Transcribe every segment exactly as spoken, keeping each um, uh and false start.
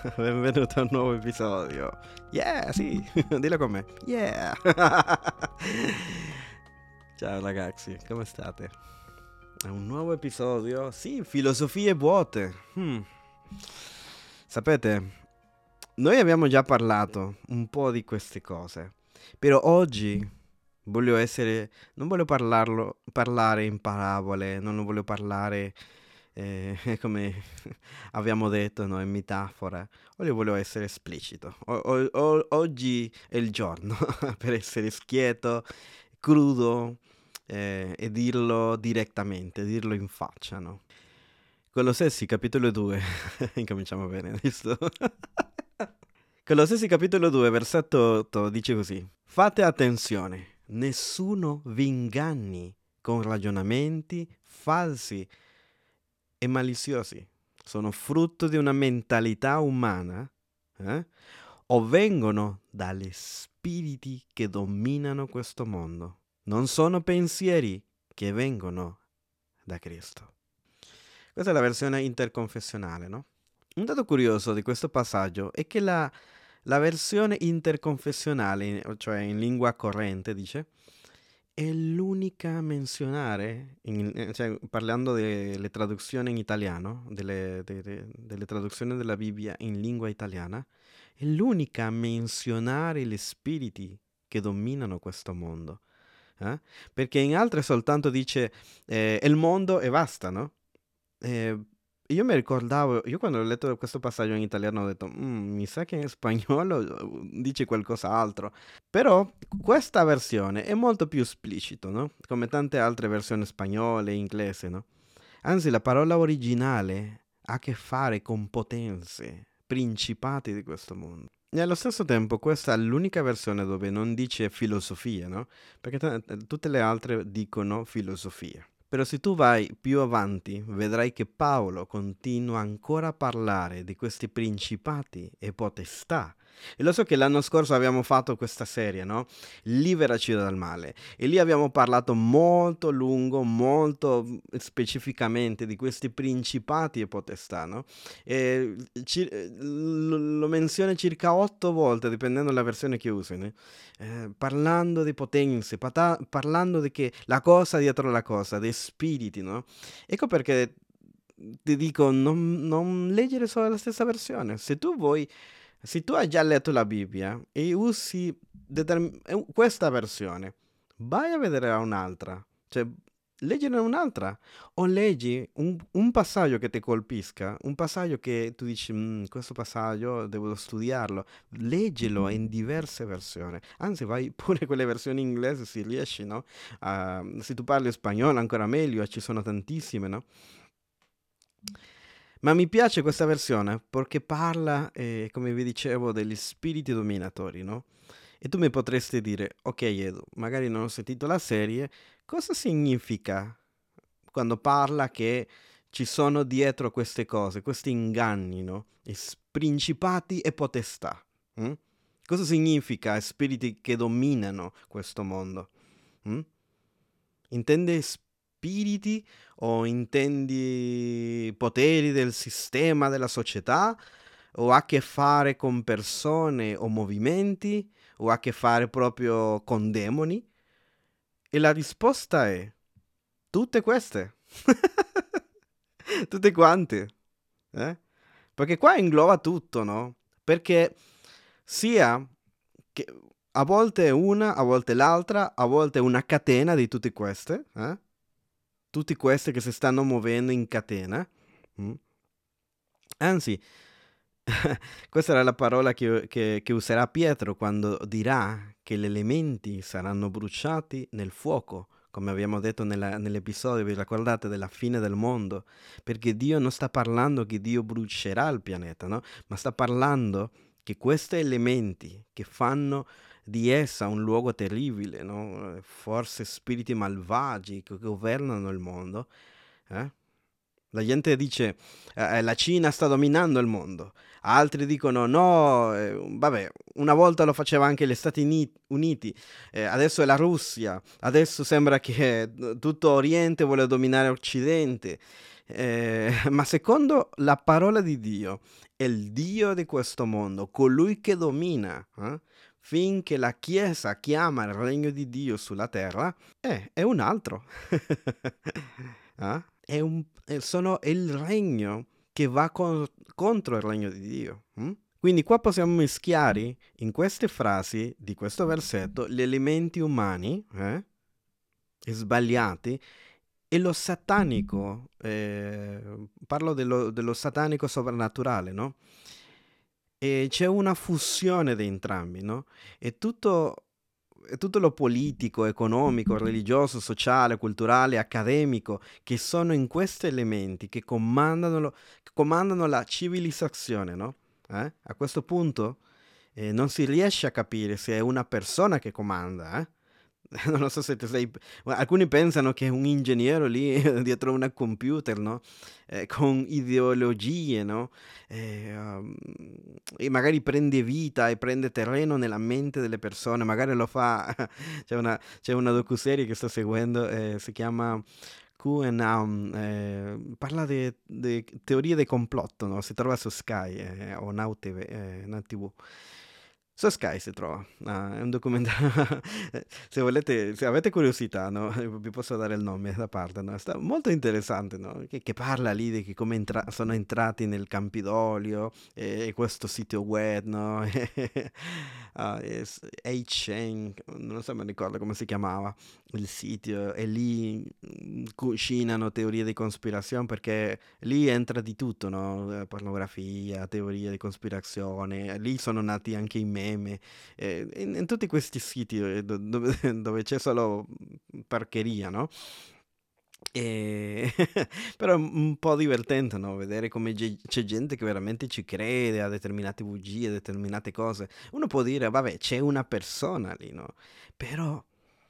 Benvenuto a un nuovo episodio. Yeah, sì, dillo con me. Yeah. Ciao ragazzi, come state? È un nuovo episodio? Sì, filosofie vuote. Hmm. Sapete, noi abbiamo già parlato un po' di queste cose, però oggi voglio essere, non voglio parlarlo, parlare in parabole, non voglio parlare eh, come abbiamo detto, no, in metafora. Oggi voglio essere esplicito. O- o- o- oggi è il giorno per essere schietto, crudo eh, e dirlo direttamente, dirlo in faccia, no? Colossesi capitolo due, incominciamo bene, giusto? Colossesi capitolo due, versetto otto, dice così: Fate attenzione, nessuno vi inganni con ragionamenti falsi e maliziosi. Sono frutto di una mentalità umana, eh? O vengono dagli spiriti che dominano questo mondo. Non sono pensieri che vengono da Cristo. Questa è la versione interconfessionale, no? Un dato curioso di questo passaggio è che la, la versione interconfessionale, cioè in lingua corrente, dice, è l'unica a menzionare, in- eh, cioè, parlando delle traduzioni in italiano, delle, de- de- delle traduzioni della Bibbia in lingua italiana, è l'unica a menzionare gli spiriti che dominano questo mondo. eh? Perché in altre soltanto dice eh, il mondo e basta, no? Eh, io mi ricordavo, io quando ho letto questo passaggio in italiano ho detto, "Mm, mi sa che in spagnolo eh, dice qualcos'altro." Però questa versione è molto più esplicito, no? Come tante altre versioni spagnole e inglese, no? Anzi, la parola originale ha a che fare con potenze, principati di questo mondo. E allo stesso tempo questa è l'unica versione dove non dice filosofia, no? Perché t- tutte le altre dicono filosofia. Però se tu vai più avanti, vedrai che Paolo continua ancora a parlare di questi principati e potestà. E lo so che l'anno scorso abbiamo fatto questa serie, no? Liberaci dal male. E lì abbiamo parlato molto lungo, molto mm, specificamente di questi principati e potestà, no? E ci- lo lo menziona circa otto volte, dipendendo dalla versione che usi, né? Eh, parlando di potenze, pata- parlando di che la cosa dietro la cosa, di spiriti, no? Ecco perché ti dico, non, non leggere solo la stessa versione. Se tu vuoi, se tu hai già letto la Bibbia e usi determ- eh, questa versione, vai a vedere un'altra. Cioè, leggere un'altra. O leggi un, un passaggio che ti colpisca, un passaggio che tu dici, "Mm, questo passaggio devo studiarlo." Leggilo in diverse versioni. Anzi, vai pure con le versioni inglesi se riesci, no? Ah, se tu parli spagnolo ancora meglio, ci sono tantissime, no? Ma mi piace questa versione perché parla, eh, come vi dicevo, degli spiriti dominatori, no? E tu mi potresti dire, ok Edu, magari non ho sentito la serie, cosa significa quando parla che ci sono dietro queste cose, questi inganni, no? E s- principati e potestà. mm? Cosa significa spiriti che dominano questo mondo? mm? Intende spiriti o intendi poteri del sistema della società? O ha a che fare con persone o movimenti? O ha a che fare proprio con demoni? E la risposta è tutte queste. Tutte quante. eh? Perché qua ingloba tutto, no? Perché sia che a volte una, a volte l'altra, a volte una catena di tutte queste, eh? Tutti queste che si stanno muovendo in catena. mm? Anzi, questa era la parola che, che- che userà Pietro quando dirà che gli elementi saranno bruciati nel fuoco, come abbiamo detto nella- nell'episodio, vi ricordate, della fine del mondo, perché Dio non sta parlando che Dio brucerà il pianeta, no? Ma sta parlando che questi elementi che fanno di essa un luogo terribile, no? Forse spiriti malvagi che governano il mondo, eh? La gente dice, eh, eh, la Cina sta dominando il mondo. Altri dicono, no, eh, vabbè, una volta lo faceva anche gli Stati Uni- Uniti, eh, adesso è la Russia, adesso sembra che eh, tutto Oriente vuole dominare Occidente. Eh, ma secondo la parola di Dio, il Dio di questo mondo, colui che domina, eh, finché la Chiesa chiama il regno di Dio sulla terra, eh, è un altro. Ah? È un- eh, sono il regno che va co- contro il regno di Dio. Mm? Quindi qua possiamo mischiare in queste frasi di questo versetto gli elementi umani eh, sbagliati e lo satanico. Eh, parlo dello, dello satanico sovrannaturale, no? E c'è una fusione di entrambi, no? E tutto, e tutto lo politico, economico, religioso, sociale, culturale, accademico, che sono in questi elementi che comandano, lo- che comandano la civilizzazione, no? Eh? A questo punto eh, non si riesce a capire se è una persona che comanda, eh? Non lo so se ti sei... ma alcuni pensano che è un ingegnere lì dietro una computer, no? Eh, con ideologie, no? E, um, e magari prende vita e prende terreno nella mente delle persone, magari lo fa... c'è una, c'è una docuserie che sto seguendo, eh, si chiama Q and A, eh, parla di teorie del complotto, no? Si trova su Sky eh, o Now T V, eh, Now T V. Su Sky si trova, ah, è un documentario, se volete, se avete curiosità, no? Vi posso dare il nome da parte, no? Sta molto interessante, no? Che, che parla lì di che come entra- sono entrati nel Campidoglio e, e questo sito web, no? Ah, es- A-Chain, non so, mi ricordo come si chiamava il sito, e lì mm, cucinano teorie di cospirazione perché lì entra di tutto, no? Eh, Pornografia, teorie di cospirazione, lì sono nati anche i meme, eh, in, in tutti questi siti eh, do- dove, dove c'è solo parcheria, no? E... Però è un un po' divertente, no? Vedere come ge- c'è gente che veramente ci crede a determinate bugie, a determinate cose. Uno può dire, vabbè, c'è una persona lì, no? Però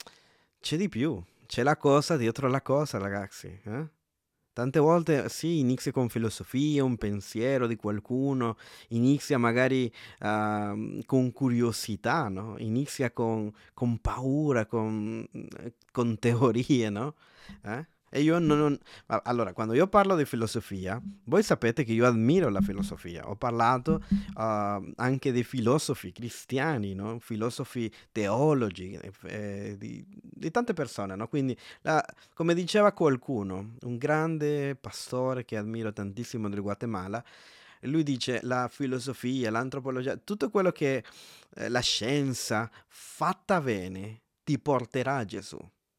c'è di più, c'è la cosa dietro la cosa, ragazzi, eh? Tante volte sì, inizia con filosofia, un pensiero di qualcuno, inizia magari ah, con curiosità, no? Inizia con, con paura, con, con teorie, no? Eh? E io non, non- ma- Allora, quando io parlo di filosofia, voi sapete che io ammiro la filosofia. Ho parlato ah, anche di filosofi cristiani, no? Filosofi teologi, eh, eh, di, di tante persone, no? Quindi la- come diceva qualcuno, un grande pastore che ammiro tantissimo del Guatemala, lui dice la filosofia, l'antropologia, tutto quello che eh, la scienza fatta bene ti porterà a Gesù.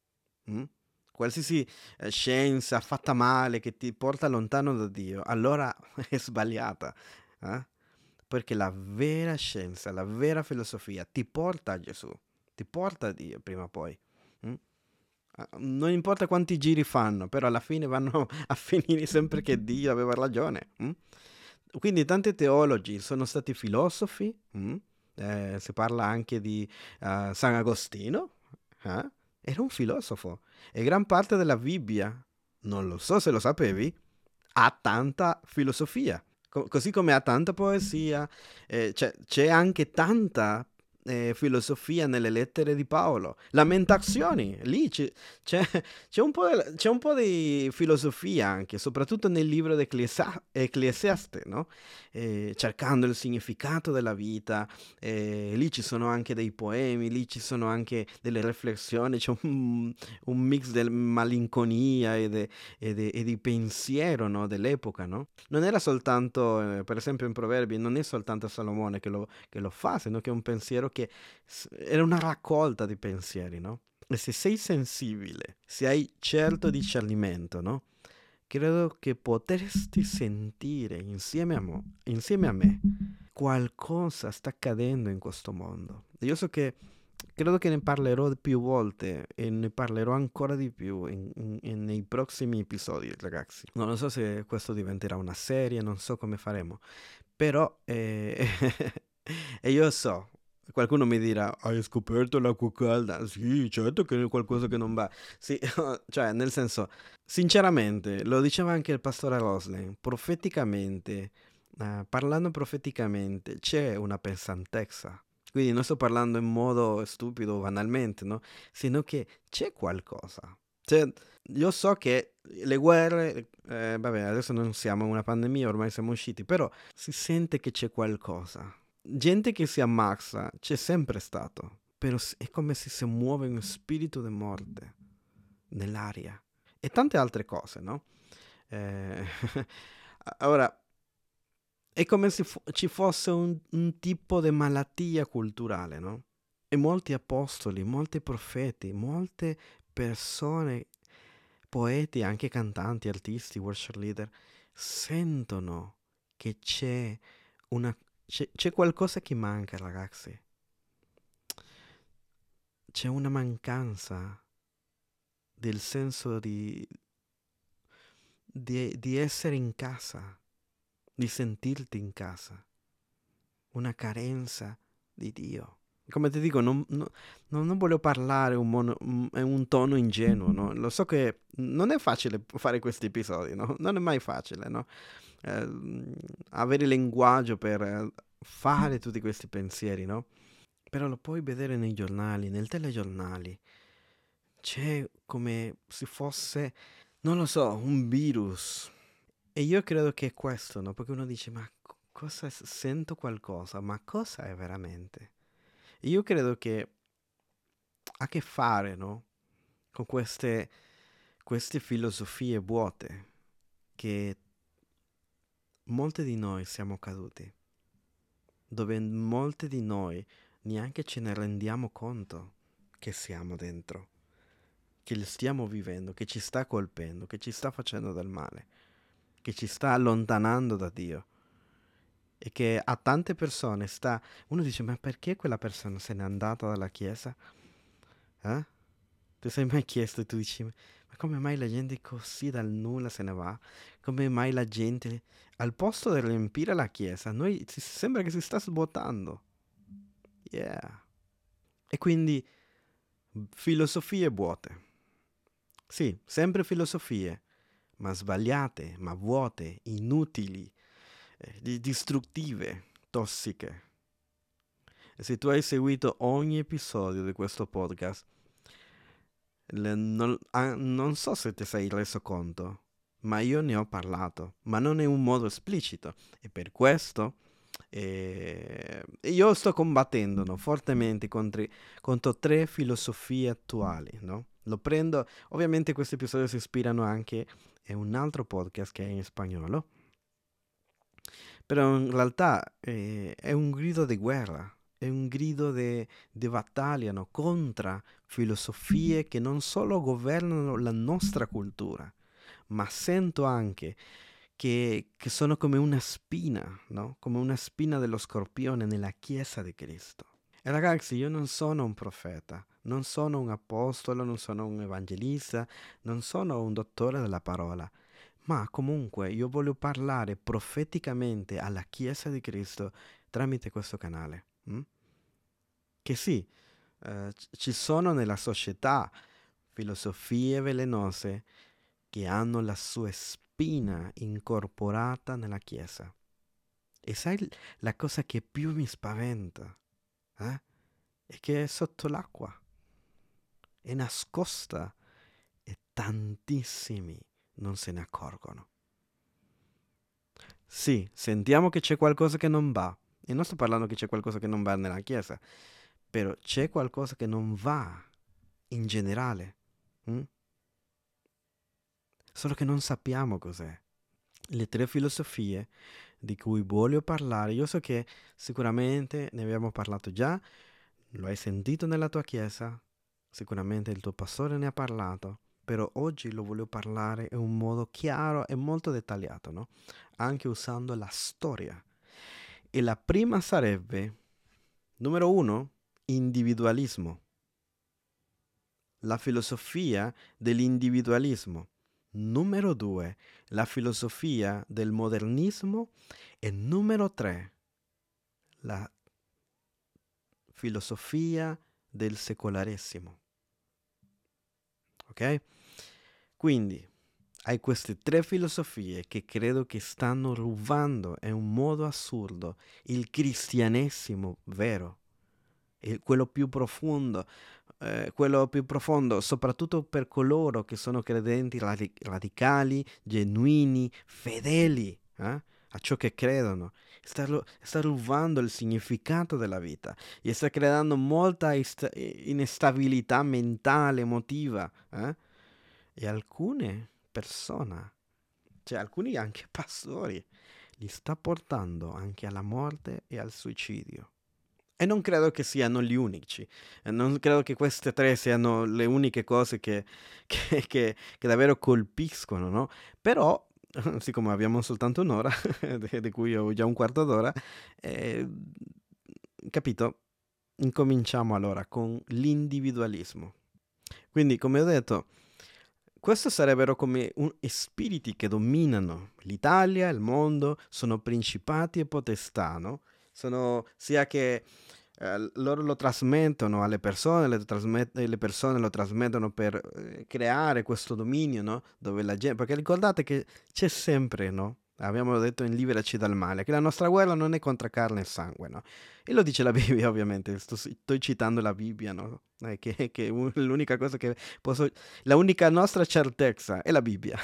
Mm? Qualsiasi eh, scienza fatta male che ti porta lontano da Dio, allora è sbagliata. Eh? Perché la vera scienza, la vera filosofia ti porta a Gesù, ti porta a Dio prima o poi. Mm? Ah, non importa quanti giri fanno, però alla fine vanno a finire sempre che Dio aveva ragione. Mm? Quindi tanti teologi sono stati filosofi, mm? Eh, si parla anche di eh, San Agostino, eh? Era un filosofo e gran parte della Bibbia, non lo so se lo sapevi, ha tanta filosofia. Co- così come ha tanta poesia, eh, c'è, c'è anche tanta eh, filosofia nelle lettere di Paolo. Lamentazioni, lì ci- c'è, c'è un po', del- c'è un po' di filosofia anche, soprattutto nel libro di Ecclesia- Ecclesiaste, no? Eh, cercando il significato della vita, eh, lì ci sono anche dei poemi, lì ci sono anche delle riflessioni, c'è un, un mix di malinconia e, de- e de- e di pensiero, no? Dell'epoca, no? Non era soltanto, eh, per esempio in Proverbi, non è soltanto Salomone che lo, che lo fa, sino che è un pensiero che s- era una raccolta di pensieri, no? E se sei sensibile, se hai certo discernimento, no? Credo che potresti sentire insieme a, mo- insieme a me qualcosa sta accadendo in questo mondo. E io so che credo che ne parlerò più volte e ne parlerò ancora di più in- in- in- nei prossimi episodi, ragazzi. Non lo so se questo diventerà una serie, non so come faremo, però eh, e io so, qualcuno mi dirà, hai scoperto l'acqua calda? Sì, certo che è qualcosa che non va. Sì, cioè, nel senso, sinceramente, lo diceva anche il pastore Rosling, profeticamente, eh, parlando profeticamente, c'è una pesantezza. Quindi non sto parlando in modo stupido o banalmente, no? Sino che c'è qualcosa. Cioè, io so che le guerre, eh, vabbè, adesso non siamo in una pandemia, ormai siamo usciti, però si sente che c'è qualcosa. Gente che si ammazza c'è sempre stato, però s- è come se si muove uno spirito di morte nell'aria e tante altre cose, no? Eh, ora, è come se fo- ci fosse un, un tipo di malattia culturale, no? E molti apostoli, molti profeti, molte persone, poeti, anche cantanti, artisti, worship leader, sentono che c'è una, c'è, c'è qualcosa che manca, ragazzi. C'è una mancanza del senso di, di, di essere in casa, di sentirti in casa, una carenza di Dio. Come ti dico, non, no- non- non voglio parlare un, mono- un- in un tono ingenuo, no? Lo so che non è facile fare questi episodi, no? Non è mai facile, no? Eh, avere il linguaggio per eh, fare tutti questi pensieri, no? Però lo puoi vedere nei giornali, nei telegiornali. C'è come se fosse, non lo so, un virus. E io credo che è questo, no? Perché uno dice, ma co- cosa s- sento qualcosa? Ma cosa è veramente? E io credo che ha a che fare, no? Con queste, queste filosofie vuote che molte di noi siamo caduti, dove molte di noi neanche ce ne rendiamo conto che siamo dentro, che li stiamo vivendo, che ci sta colpendo, che ci sta facendo del male, che ci sta allontanando da Dio e che a tante persone sta... Uno dice, ma perché quella persona se n'è andata dalla chiesa? Eh? Ti sei mai chiesto e tu dici, ma come mai la gente così dal nulla se ne va? Come mai la gente, al posto di riempire la chiesa, noi ci sembra che si sta svuotando. Yeah. E quindi filosofie vuote. Sì, sempre filosofie, ma sbagliate, ma vuote, inutili, eh, di- distruttive, tossiche. E se tu hai seguito ogni episodio di questo podcast, le- non, ah, non so se ti sei reso conto, ma io ne ho parlato, ma non in un modo esplicito. E per questo eh, io sto combattendo, no, fortemente contro, contro tre filosofie attuali, no? Lo prendo, ovviamente questi episodi si ispirano anche a un altro podcast che è in spagnolo, però in realtà eh, è un grido di guerra, è un grido di battaglia, no? Contro filosofie che non solo governano la nostra cultura, ma sento anche che, che sono come una spina, no? Come una spina dello scorpione nella Chiesa di Cristo. E ragazzi, io non sono un profeta, non sono un apostolo, non sono un evangelista, non sono un dottore della parola, ma comunque io voglio parlare profeticamente alla Chiesa di Cristo tramite questo canale. Mm? Che sì, eh, c- ci sono nella società filosofie velenose che hanno la sua spina incorporata nella Chiesa. E sai l- la cosa che più mi spaventa? Eh? È che è sotto l'acqua, è nascosta e tantissimi non se ne accorgono. Sì, sentiamo che c'è qualcosa che non va. E non sto parlando che c'è qualcosa che non va nella Chiesa, però c'è qualcosa che non va in generale. Mm? Solo che non sappiamo cos'è. Le tre filosofie di cui voglio parlare, io so che sicuramente ne abbiamo parlato già, lo hai sentito nella tua chiesa, sicuramente il tuo pastore ne ha parlato, però oggi lo voglio parlare in un modo chiaro e molto dettagliato, no? Anche usando la storia. E la prima sarebbe, numero uno, individualismo, la filosofia dell'individualismo. Numero due, la filosofia del modernismo. E numero tre, la filosofia del secolaresimo. Ok? Quindi hai queste tre filosofie che credo che stanno rubando in un modo assurdo il cristianesimo vero, il- quello più profondo, eh, quello più profondo, soprattutto per coloro che sono credenti radi- radicali, genuini, fedeli eh, a ciò che credono. Sta, ru- sta rubando il significato della vita e sta creando molta ist- instabilità mentale, emotiva. eh. E alcune persone, cioè alcuni anche pastori, li sta portando anche alla morte e al suicidio. E non credo che siano gli unici, e non credo che queste tre siano le uniche cose che, che- che- che davvero colpiscono, no? Però, siccome abbiamo soltanto un'ora, di di cui ho già un quarto d'ora, eh, capito? Incominciamo allora con l'individualismo. Quindi, come ho detto, questo sarebbero come un- spiriti che dominano l'Italia, il mondo, sono principati e potestà, no? Sono sia che eh, loro lo trasmettono alle persone, le, trasmet- le persone lo trasmettono per eh, creare questo dominio, no? Dove la gente... Perché ricordate che c'è sempre, no? Abbiamo detto in Liberaci dal male, che la nostra guerra non è contro carne e sangue, no? E lo dice la Bibbia, ovviamente, sto, sto citando la Bibbia, no? Eh, che, che un- l'unica cosa che posso... La unica nostra certezza è la Bibbia.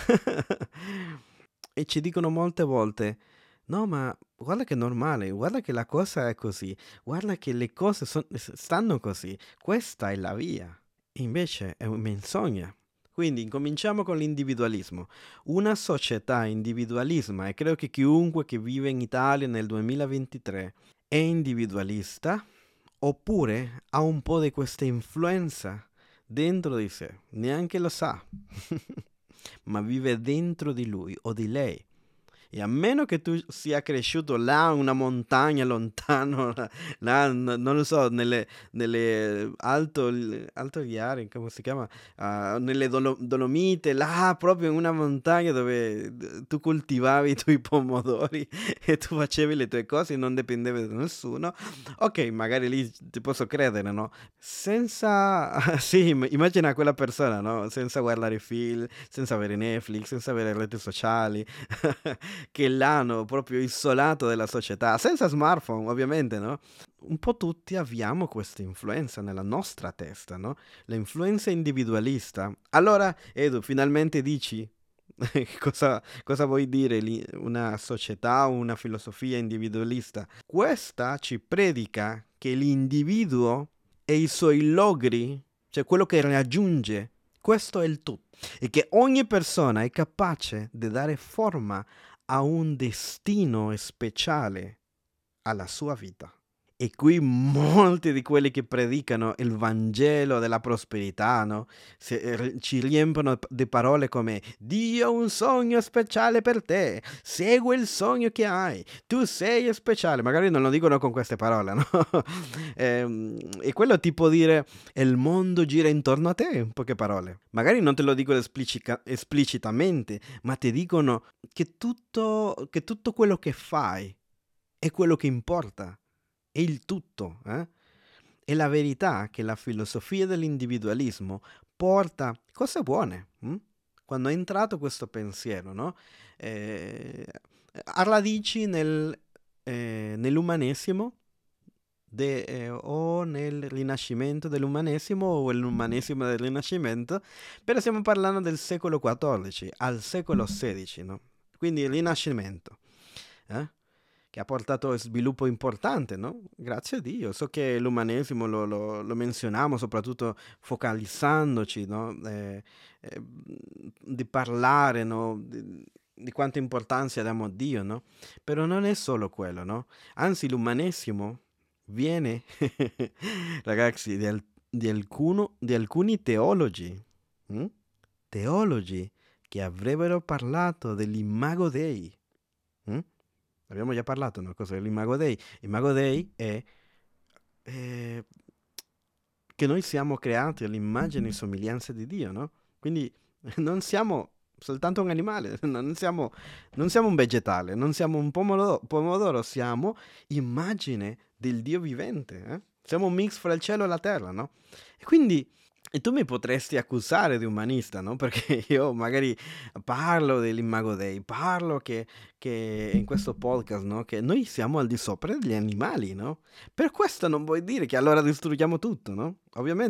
E ci dicono molte volte, no, ma guarda che è normale, guarda che la cosa è così, guarda che le cose son- s- stanno così, questa è la via. Invece è un menzogna. Quindi incominciamo con l'individualismo. Una società individualismo, e credo che chiunque che vive in Italia nel duemilaventitré è individualista, oppure ha un po' di questa influenza dentro di sé, neanche lo sa, ma vive dentro di lui o di lei. E a meno che tu sia cresciuto là in una montagna lontano, là, là, n- non lo so, nelle, nelle alto, alto Iari, come si chiama? Ah, nelle Dolo- Dolomite, là proprio in una montagna dove eh, tu coltivavi i tuoi pomodori e tu facevi le tue cose e non dipendevi da nessuno. Ok, magari lì ti posso credere, no? Senza... sì, im- immagina quella persona, no? Senza guardare film, senza avere Netflix, senza avere reti sociali, che l'hanno proprio isolato dalla società, senza smartphone ovviamente, no? Un po' tutti abbiamo questa influenza nella nostra testa, no? L'influenza individualista. Allora, Edu, finalmente dici cosa, cosa vuoi dire lì, una società o una filosofia individualista? Questa ci predica che l'individuo e i suoi logri, cioè quello che raggiunge, questo è il tutto. E che ogni persona è capace di dare forma a un destino speciale alla sua vita. E qui molti di quelli che predicano il Vangelo della prosperità, no? Se- eh, ci riempiono di parole come Dio ha un sogno speciale per te, segui il sogno che hai, tu sei speciale. Magari non lo dicono con queste parole, no? Ehm, e quello ti può dire il mondo gira intorno a te, in poche parole. Magari non te lo dicono esplicica- esplicitamente, ma ti dicono che tutto, che tutto quello che fai è quello che importa, è il tutto. Eh? È la verità che la filosofia dell'individualismo porta cose buone. hm? Quando è entrato questo pensiero, no? Eh, ha radici nel, eh, nell'umanesimo de- eh, o nel rinascimento dell'umanesimo o l'umanesimo del rinascimento, però stiamo parlando del secolo quattordici al secolo sedici, no? Quindi il rinascimento. eh? Che ha portato sviluppo importante, no? Grazie a Dio. So che l'umanesimo lo, lo, lo menzioniamo soprattutto focalizzandoci, no? Eh, eh, di parlare, no? Di, di quanta importanza diamo a Dio, no? Però non è solo quello, no? Anzi, l'umanesimo viene, ragazzi, di, al- di alcuno- di alcuni teologi, hm? Teologi che avrebbero parlato dell'imago Dei. hm? Abbiamo già parlato, no? Cos'è l'Imago Dei? Imago Dei è eh, che noi siamo creati all'immagine e somiglianza di Dio, no? Quindi non siamo soltanto un animale, non siamo, non siamo un vegetale, non siamo un pomodoro, pomodoro, siamo immagine del Dio vivente, eh? Siamo un mix fra il cielo e la terra, no? E quindi e tu mi potresti accusare di umanista, no? Perché io magari parlo dell'Imago Dei, parlo che, che in questo podcast, no? Che noi siamo al di sopra degli animali, no? Per questo non vuoi dire che allora distruggiamo tutto, no? Ovviamente.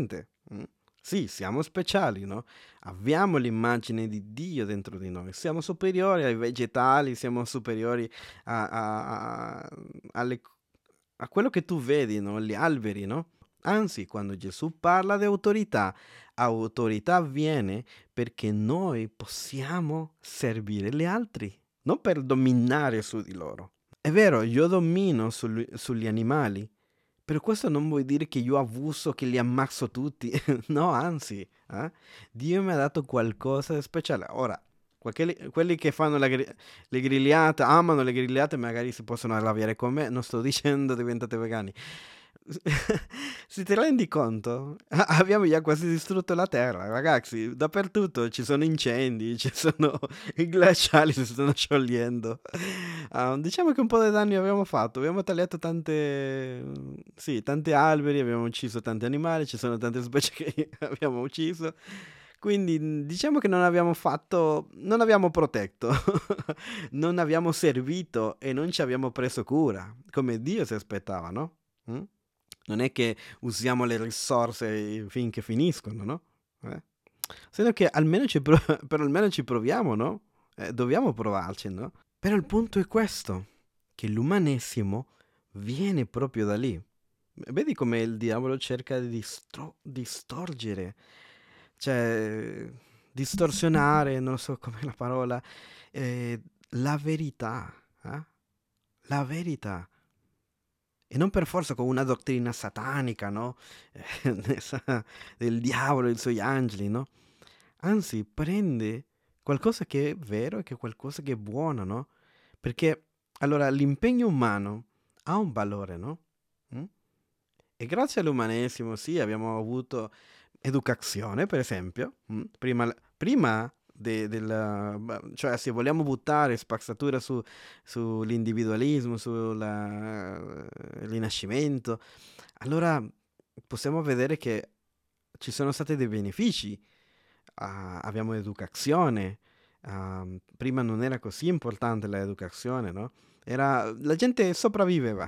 Mm? Sì, siamo speciali, no? Abbiamo l'immagine di Dio dentro di noi. Siamo superiori ai vegetali, siamo superiori a, a- a- alle- a quello che tu vedi, no? Gli alberi, no? Anzi, quando Gesù parla di autorità, autorità viene perché noi possiamo servire gli altri, non per dominare su di loro. È vero, io domino sul- sugli animali, per questo non vuol dire che io abuso, che li ammazzo tutti. No, anzi, eh? Dio mi ha dato qualcosa di speciale. Ora, quelli, quelli che fanno la gri- le grigliate, amano le grigliate, magari si possono arrabbiare con me. Non sto dicendo diventate vegani. Se ti rendi conto? A- Abbiamo già quasi distrutto la Terra, ragazzi. Dappertutto ci sono incendi, ci sono i glaciali si stanno sciogliendo. Ah, diciamo che un po' di danni abbiamo fatto. Abbiamo tagliato tante, sì, tanti alberi, abbiamo ucciso tanti animali, ci sono tante specie che abbiamo ucciso. Quindi mm, diciamo che non abbiamo fatto, non abbiamo protetto, non abbiamo servito e non ci abbiamo preso cura, come Dio si aspettava, no? Mm? Non è che usiamo le risorse finché finiscono, no? Eh? Sennò che almeno ci, pro- per almeno ci proviamo, no? Eh, dobbiamo provarci, no? Però il punto è questo, che l'umanesimo viene proprio da lì. Vedi come il diavolo cerca di distro- distorgere, cioè distorsionare, non so com'è la parola, eh, la verità, eh? La verità. E non per forza con una dottrina satanica, no? Del diavolo e i suoi angeli, no? Anzi, prende qualcosa che è vero e che è qualcosa che è buono, no? Perché, allora, l'impegno umano ha un valore, no? Mm? E grazie all'umanesimo, sì, abbiamo avuto educazione, per esempio. mm? Prima, prima de- del... Cioè, se vogliamo buttare spazzatura su, sull'individualismo, sul rinascimento, allora possiamo vedere che ci sono stati dei benefici. Ah, abbiamo educazione. Ah, prima non era così importante l'educazione, no? Era, la gente sopravviveva.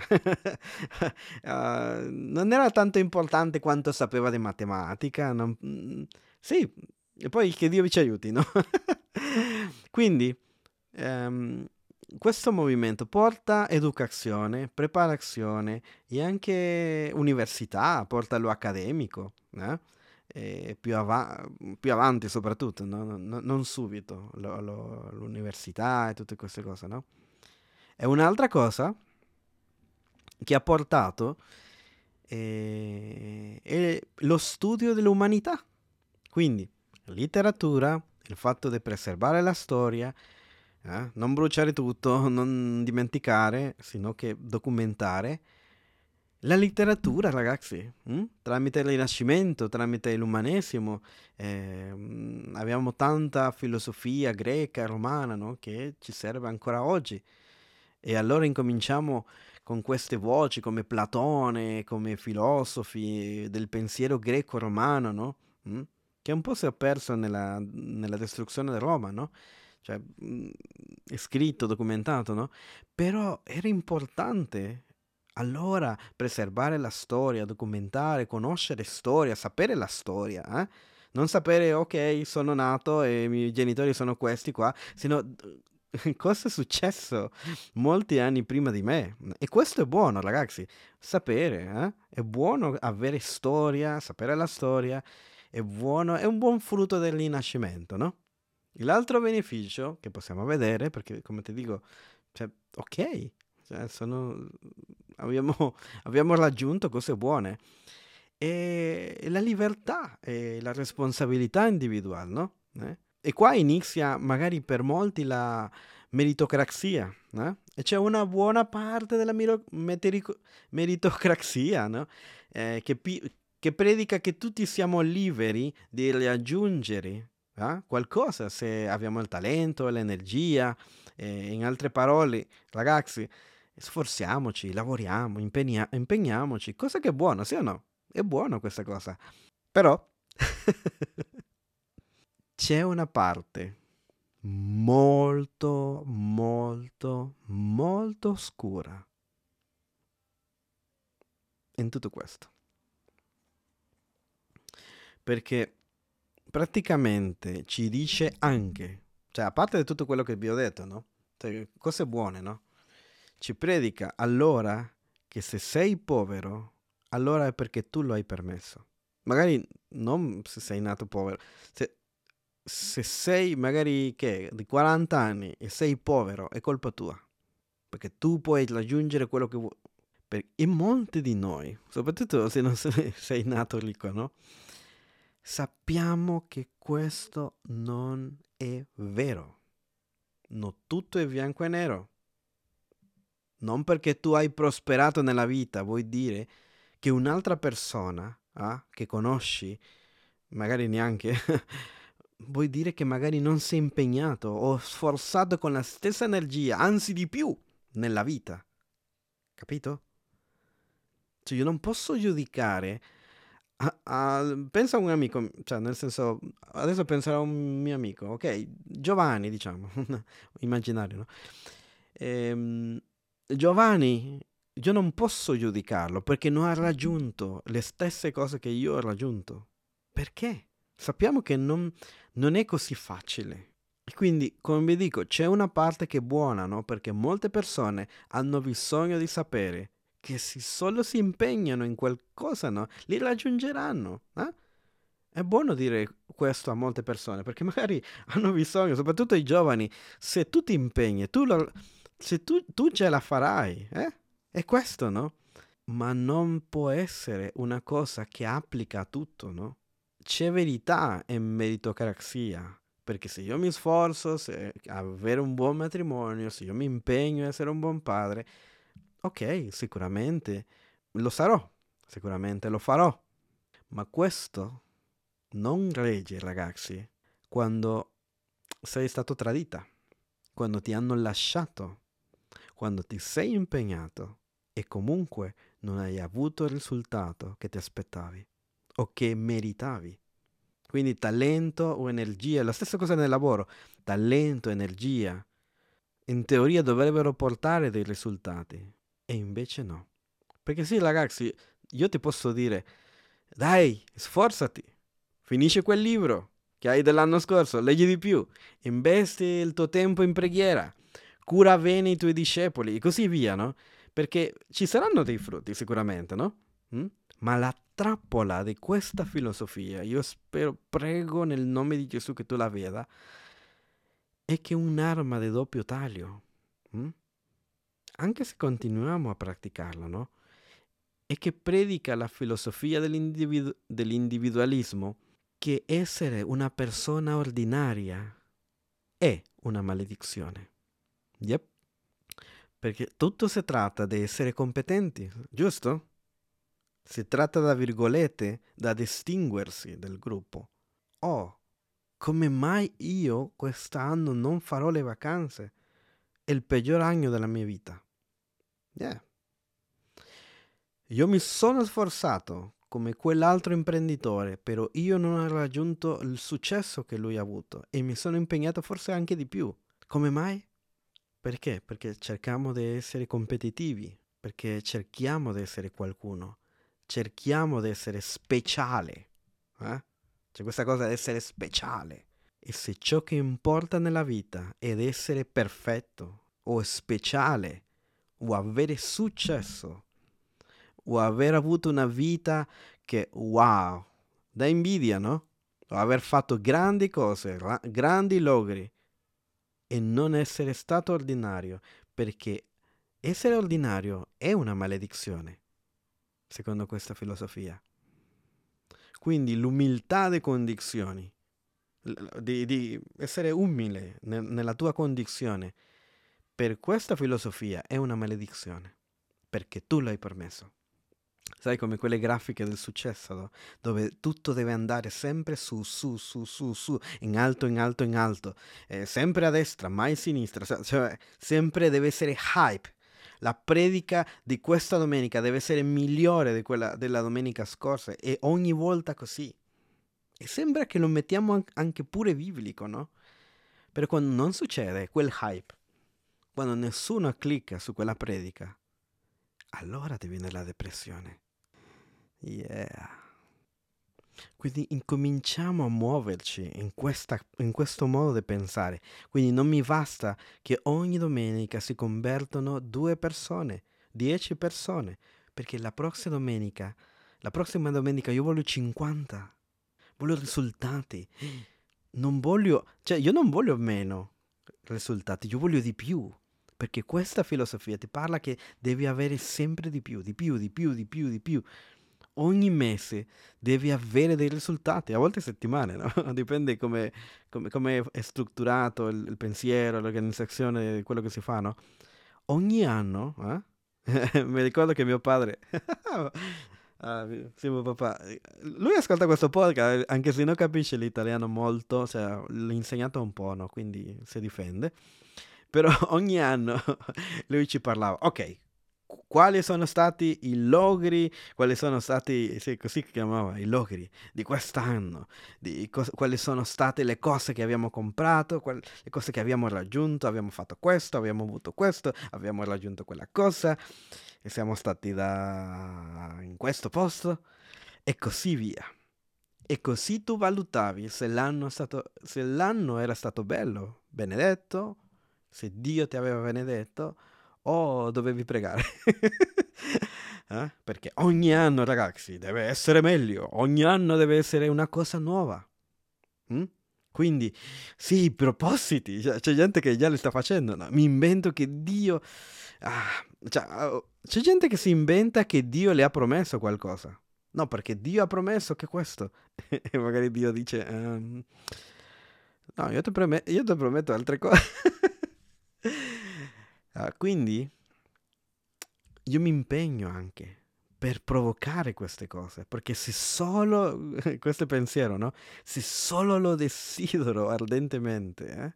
Ah, non era tanto importante quanto sapeva di matematica. non- mm, sì, e poi che Dio vi ci aiuti, no? Quindi, ehm, questo movimento porta educazione, preparazione e anche università, porta lo accademico, eh? E più, ava- più avanti soprattutto, no? Non non subito, lo- lo- l'università e tutte queste cose, no? E un'altra cosa che ha portato eh, è lo studio dell'umanità. Quindi, letteratura, il fatto di preservare la storia, eh, non bruciare tutto, non dimenticare, sino che documentare. La letteratura, ragazzi, mm? Tramite il Rinascimento, tramite l'umanesimo, ehm, abbiamo tanta filosofia greca, romana, no? Che ci serve ancora oggi. E allora incominciamo con queste voci come Platone, come filosofi del pensiero greco-romano, no? Mm? Che un po' si è perso nella, nella distruzione di Roma, no? Cioè, mm, è scritto, documentato, no? Però era importante allora preservare la storia, documentare, conoscere storia, sapere la storia, eh? Non sapere, ok, sono nato e i miei genitori sono questi qua, sino cosa è successo molti anni prima di me. E questo è buono, ragazzi, sapere, eh? È buono avere storia, sapere la storia, è buono, è un buon frutto del rinascimento, no? L'altro beneficio che possiamo vedere, perché come ti dico, cioè, ok, cioè, sono- abbiamo, abbiamo raggiunto cose buone. E la libertà e la responsabilità individuale, no? Eh? E qua inizia magari per molti la meritocrazia, no? E c'è una buona parte della miro- meterico- meritocrazia, no? Eh, che, pi- che predica che tutti siamo liberi di raggiungere eh, qualcosa se abbiamo il talento, l'energia. Eh, in altre parole, ragazzi, sforziamoci, lavoriamo, impegna- impegniamoci, cosa che è buono, sì o no? È buono questa cosa. Però c'è una parte molto, molto, molto oscura in tutto questo. perché praticamente ci dice anche, cioè a parte di tutto quello che vi ho detto, no? Cioè, cose buone, no? Ci predica allora che se sei povero, allora è perché tu lo hai permesso. Magari non se sei nato povero, se, se sei magari che di quaranta anni e sei povero, è colpa tua, perché tu puoi raggiungere quello che vuoi. Per- in molti di noi, soprattutto se non se- sei nato ricco, no? Sappiamo che questo non è vero. Non tutto è bianco e nero. Non perché tu hai prosperato nella vita vuol dire che un'altra persona ah, che conosci, magari neanche, vuol dire che magari non si è impegnato o sforzato con la stessa energia, anzi di più, nella vita. Capito? Cioè io non posso giudicare. A- a- pensa a un amico, cioè nel senso, adesso penserò a un mio amico, ok? Giovanni, diciamo, immaginario, no? Ehm, Giovanni, io non posso giudicarlo perché non ha raggiunto le stesse cose che io ho raggiunto. Perché? Sappiamo che non, non è così facile. E quindi, come vi dico, c'è una parte che è buona, no? Perché molte persone hanno bisogno di sapere che se solo si impegnano in qualcosa, no? Li raggiungeranno. Eh? È buono dire questo a molte persone perché magari hanno bisogno, soprattutto i giovani, se tu ti impegni, tu lo- se tu, tu ce la farai, eh? È questo, no? Ma non può essere una cosa che applica a tutto, no? C'è verità e meritocrazia. Perché se io mi sforzo se, avere un buon matrimonio, se io mi impegno a essere un buon padre, ok, sicuramente lo sarò, sicuramente lo farò. Ma questo non regge, ragazzi, quando sei stato tradita, quando ti hanno lasciato, quando ti sei impegnato e comunque non hai avuto il risultato che ti aspettavi o che meritavi. Quindi talento o energia, la stessa cosa nel lavoro, talento, energia, in teoria dovrebbero portare dei risultati e invece no. Perché sì, ragazzi, io ti posso dire, dai, sforzati, finisci quel libro che hai dell'anno scorso, leggi di più, investi il tuo tempo in preghiera, cura bene i tuoi discepoli e così via, no? Perché ci saranno dei frutti sicuramente, no? Mm? Ma la trappola di questa filosofia, io spero, prego nel nome di Gesù che tu la veda, è che è un'arma di doppio taglio. Mm? Anche se continuiamo a praticarla, no? E che predica la filosofia dell'individu- dell'individualismo, che essere una persona ordinaria è una maledizione. Yep. Perché tutto si tratta di essere competenti, giusto? Si tratta, da virgolette, da distinguersi dal gruppo. Oh, come mai io quest'anno non farò le vacanze? È il peggior anno della mia vita. Yeah. Io mi sono sforzato come quell'altro imprenditore, però io non ho raggiunto il successo che lui ha avuto e mi sono impegnato forse anche di più. Come mai? Perché? Perché cerchiamo di essere competitivi, perché cerchiamo di essere qualcuno, cerchiamo di essere speciale. Eh? C'è questa cosa di essere speciale. E se ciò che importa nella vita è essere perfetto o speciale o avere successo o aver avuto una vita che, wow, da invidia, no? O aver fatto grandi cose, ra- grandi logri e non essere stato ordinario, perché essere ordinario è una maledizione, secondo questa filosofia. Quindi l'umiltà delle condizioni, l- di, di essere umile ne- nella tua condizione, per questa filosofia è una maledizione, perché tu l'hai permesso. Sai, come quelle grafiche del successo, no? Dove tutto deve andare sempre su, su, su, su, su, in alto, in alto, in alto, eh, sempre a destra, mai a sinistra, cioè, cioè, sempre deve essere hype. La predica di questa domenica deve essere migliore di quella della domenica scorsa e ogni volta così. E sembra che lo mettiamo an- anche pure biblico, no? Però quando non succede quel hype, quando nessuno clicca su quella predica, allora ti viene la depressione. Yeah. Quindi incominciamo a muoverci in questa in questo modo di pensare. Quindi non mi basta che ogni domenica si convertono due persone, dieci persone, perché la prossima domenica, la prossima domenica io voglio cinquanta, voglio risultati. Non voglio, cioè io non voglio meno risultati, io voglio di più. Perché questa filosofia ti parla che devi avere sempre di più, di più, di più, di più, di più. Ogni mese devi avere dei risultati, a volte settimane, no? Dipende come, come- come è strutturato il, il pensiero, l'organizzazione di quello che si fa, no? Ogni anno, eh? Mi ricordo che mio padre, ah, mi- sì, mio papà, eh, lui ascolta questo podcast, anche se non capisce l'italiano molto, cioè l'ho insegnato un po', no? Quindi si difende. Però ogni anno lui ci parlava, ok, qu- quali sono stati i logri, quali sono stati, sì, così si chiamava, i logri di quest'anno, di cos- quali sono state le cose che abbiamo comprato, qual- le cose che abbiamo raggiunto, abbiamo fatto questo, abbiamo avuto questo, abbiamo raggiunto quella cosa, e siamo stati da in questo posto, e così via. E così tu valutavi se l'anno, è stato, se l'anno era stato bello, benedetto, se Dio ti aveva benedetto, o dovevi pregare. Eh? Perché ogni anno, ragazzi, deve essere meglio, ogni anno deve essere una cosa nuova. Mm? Quindi, sì, propositi, cioè, c'è gente che già li sta facendo, no? Mi invento che Dio... Ah, cioè, oh, c'è gente che si inventa che Dio le ha promesso qualcosa. No, perché Dio ha promesso che questo. E magari Dio dice, ehm, no, io ti prome- io ti prometto altre cose. Ah, quindi io mi impegno anche per provocare queste cose, perché se solo, questo è pensiero, no? Se solo lo desidero ardentemente,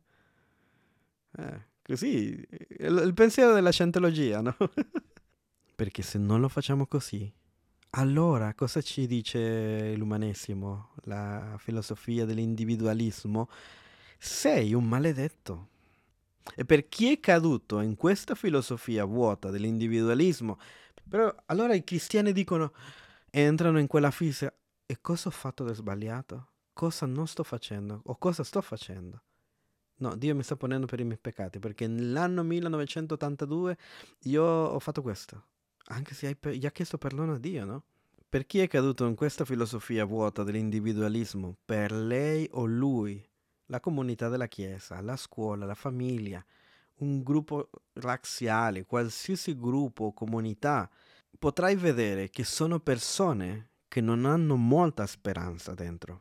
eh? Eh, così, il, il pensiero della scientologia, no? Perché se non lo facciamo così, allora cosa ci dice l'umanesimo, la filosofia dell'individualismo? Sei un maledetto. E per chi è caduto in questa filosofia vuota dell'individualismo, però allora i cristiani dicono, entrano in quella fissa, e cosa ho fatto di sbagliato? Cosa non sto facendo? O cosa sto facendo? No, Dio mi sta ponendo per i miei peccati, perché nell'anno millenovecentottantadue io ho fatto questo. Anche se hai, pe- gli ha chiesto perdono a Dio, no? Per chi è caduto in questa filosofia vuota dell'individualismo, per lei o lui, la comunità della Chiesa, la scuola, la famiglia, un gruppo razziale, qualsiasi gruppo o comunità, potrai vedere che sono persone che non hanno molta speranza dentro.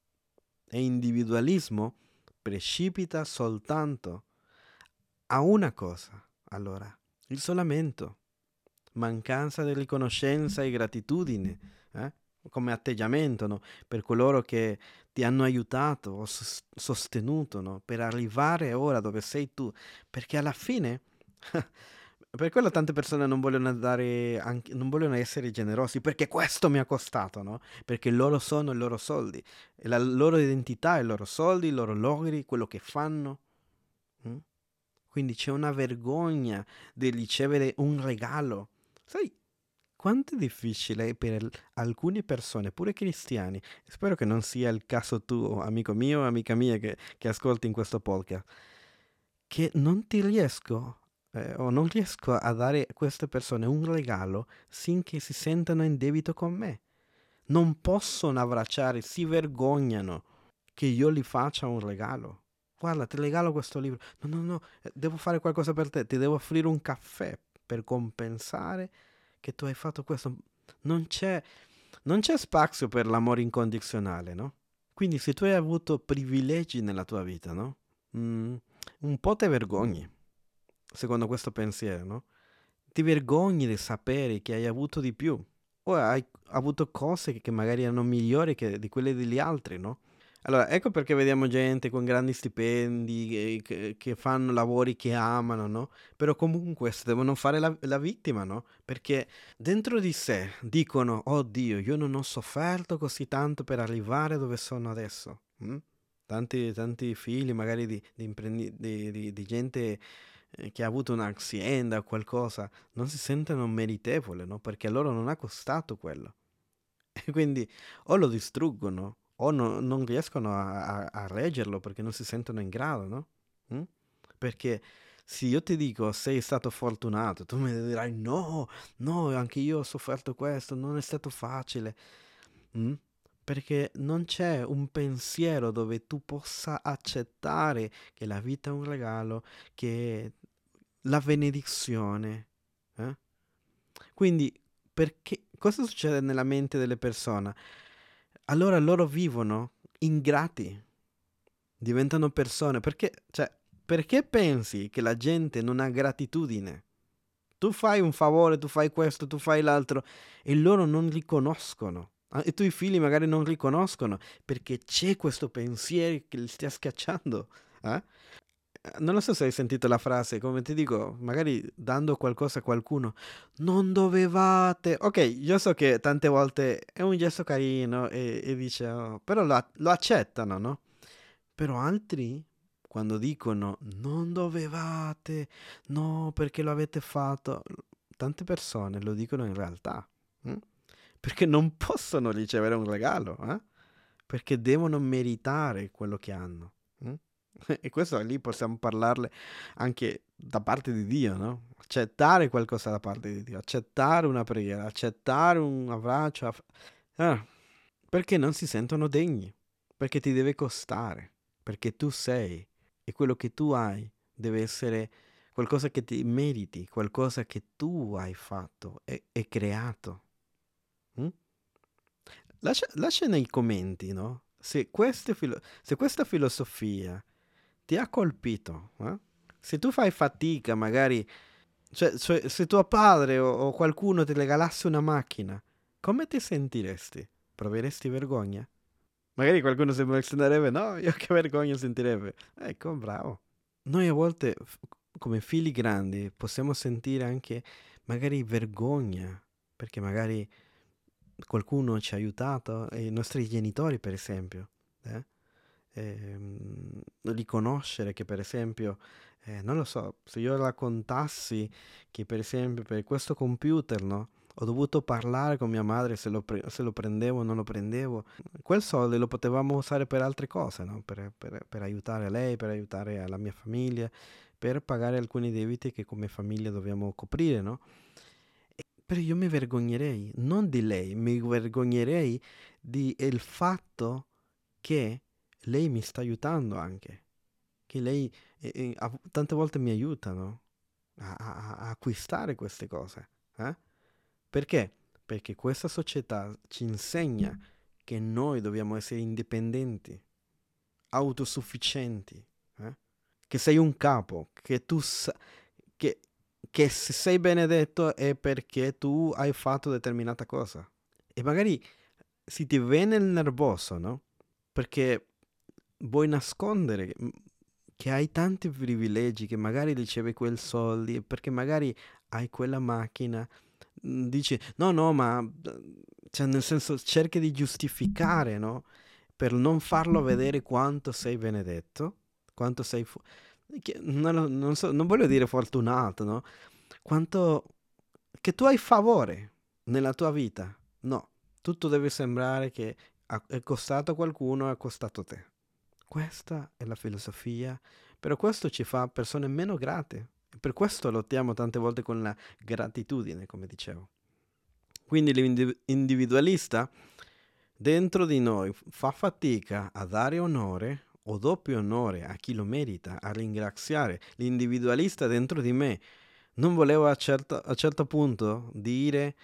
E individualismo precipita soltanto a una cosa, allora, isolamento, mancanza di riconoscenza e gratitudine, eh? Come atteggiamento, no? Per coloro che ti hanno aiutato o sos- sostenuto, no? Per arrivare ora dove sei tu, perché alla fine, per quello tante persone non vogliono dare, anche, non vogliono essere generosi, perché questo mi ha costato, no? Perché loro sono i loro soldi, e la loro identità, i loro soldi, i loro logri, quello che fanno. Mm? Quindi c'è una vergogna di ricevere un regalo. Sai quanto è difficile per alcune persone, pure cristiani, spero che non sia il caso tu, amico mio o amica mia che, che ascolti in questo podcast, che non ti riesco eh, o non riesco a dare a queste persone un regalo finché si sentano in debito con me. Non possono abbracciare, si vergognano che io gli faccia un regalo. Guarda, ti regalo questo libro. No, no, no, eh, devo fare qualcosa per te, ti devo offrire un caffè per compensare che tu hai fatto questo. Non c'è, non c'è spazio per l'amore incondizionale, no? Quindi se tu hai avuto privilegi nella tua vita, no? Mm, un po' te vergogni, secondo questo pensiero, no? Ti vergogni di sapere che hai avuto di più. O hai avuto cose che magari erano migliori che di quelle degli altri, no? Allora, ecco perché vediamo gente con grandi stipendi, eh, che, che fanno lavori che amano, no? Però comunque s- devono fare la, la vittima, no? Perché dentro di sé dicono, oh Dio, io non ho sofferto così tanto per arrivare dove sono adesso. mm? Tanti, tanti figli magari di, di, imprendi- di- di- di gente eh, che ha avuto un'azienda o qualcosa, non si sentono meritevoli, no? Perché a loro non ha costato quello. E quindi o lo distruggono o no- non riescono a, a- a reggerlo perché non si sentono in grado, no? Mm? Perché se io ti dico sei stato fortunato, tu mi dirai no, no, anche io ho sofferto questo, non è stato facile. Mm? Perché non c'è un pensiero dove tu possa accettare che la vita è un regalo, che la benedizione. eh? Quindi, perché, cosa succede nella mente delle persone? Allora loro vivono ingrati, diventano persone. Perché, cioè, perché pensi che la gente non ha gratitudine? Tu fai un favore, tu fai questo, tu fai l'altro e loro non riconoscono. Ah, E i tuoi figli magari non riconoscono perché c'è questo pensiero che li stia schiacciando. eh? Non lo so se hai sentito la frase, come ti dico, magari dando qualcosa a qualcuno, non dovevate. Ok, io so che tante volte è un gesto carino e, e dice, "Oh", però lo, lo accettano, no? Però altri, quando dicono non dovevate, no, perché lo avete fatto, tante persone lo dicono in realtà, mm? Perché non possono ricevere un regalo, eh? Perché devono meritare quello che hanno. mm? E questo lì possiamo parlarle anche da parte di Dio, no? Accettare qualcosa da parte di Dio, accettare una preghiera, accettare un abbraccio, aff- ah, perché non si sentono degni, perché ti deve costare, perché tu sei e quello che tu hai deve essere qualcosa che ti meriti, qualcosa che tu hai fatto e, e creato. mm? Lascia, lascia nei commenti, no? Se, queste filo- se questa filosofia ti ha colpito, eh? Se tu fai fatica, magari, cioè, cioè, se tuo padre o, o qualcuno ti regalasse una macchina, come ti sentiresti? Proveresti vergogna? Magari qualcuno si emozionerebbe, no, io che vergogna sentirebbe. Ecco, bravo. Noi a volte, f- come figli grandi, possiamo sentire anche magari vergogna, perché magari qualcuno ci ha aiutato, e i nostri genitori, per esempio. eh? Ehm, riconoscere che, per esempio, eh, non lo so, se io raccontassi che, per esempio, per questo computer, no? Ho dovuto parlare con mia madre se lo, pre- se lo prendevo o non lo prendevo. Quel soldo lo potevamo usare per altre cose, no? Per, per- per aiutare lei, per aiutare la mia famiglia, per pagare alcuni debiti che come famiglia dobbiamo coprire, no? Però io mi vergognerei, non di lei, mi vergognerei di il fatto che lei mi sta aiutando anche, che lei eh, eh, a- tante volte mi aiuta, no? A, a- a acquistare queste cose. eh? Perché? Perché questa società ci insegna che noi dobbiamo essere indipendenti, autosufficienti, eh? Che sei un capo, che tu sa- che, che se sei benedetto è perché tu hai fatto determinata cosa. E magari si ti viene il nervoso, no? Perché vuoi nascondere mm, che hai tanti privilegi, che magari ricevi quei soldi, perché magari hai quella macchina. mm, Dici, no, no, ma eh, cioè, nel senso cerchi di giustificare, no? Per non farlo vedere quanto sei benedetto, quanto sei... fu- che- non, lo- non so, non voglio dire fortunato, no? Quanto... che tu hai favore nella tua vita. No, tutto deve sembrare che ha- è costato a qualcuno e ha costato a te. Questa è la filosofia, però questo ci fa persone meno grate. Per questo lottiamo tante volte con la gratitudine, come dicevo. Quindi l'individualista dentro di noi fa fatica a dare onore o doppio onore a chi lo merita, a ringraziare. L'individualista dentro di me non voleva a certo, a certo punto dire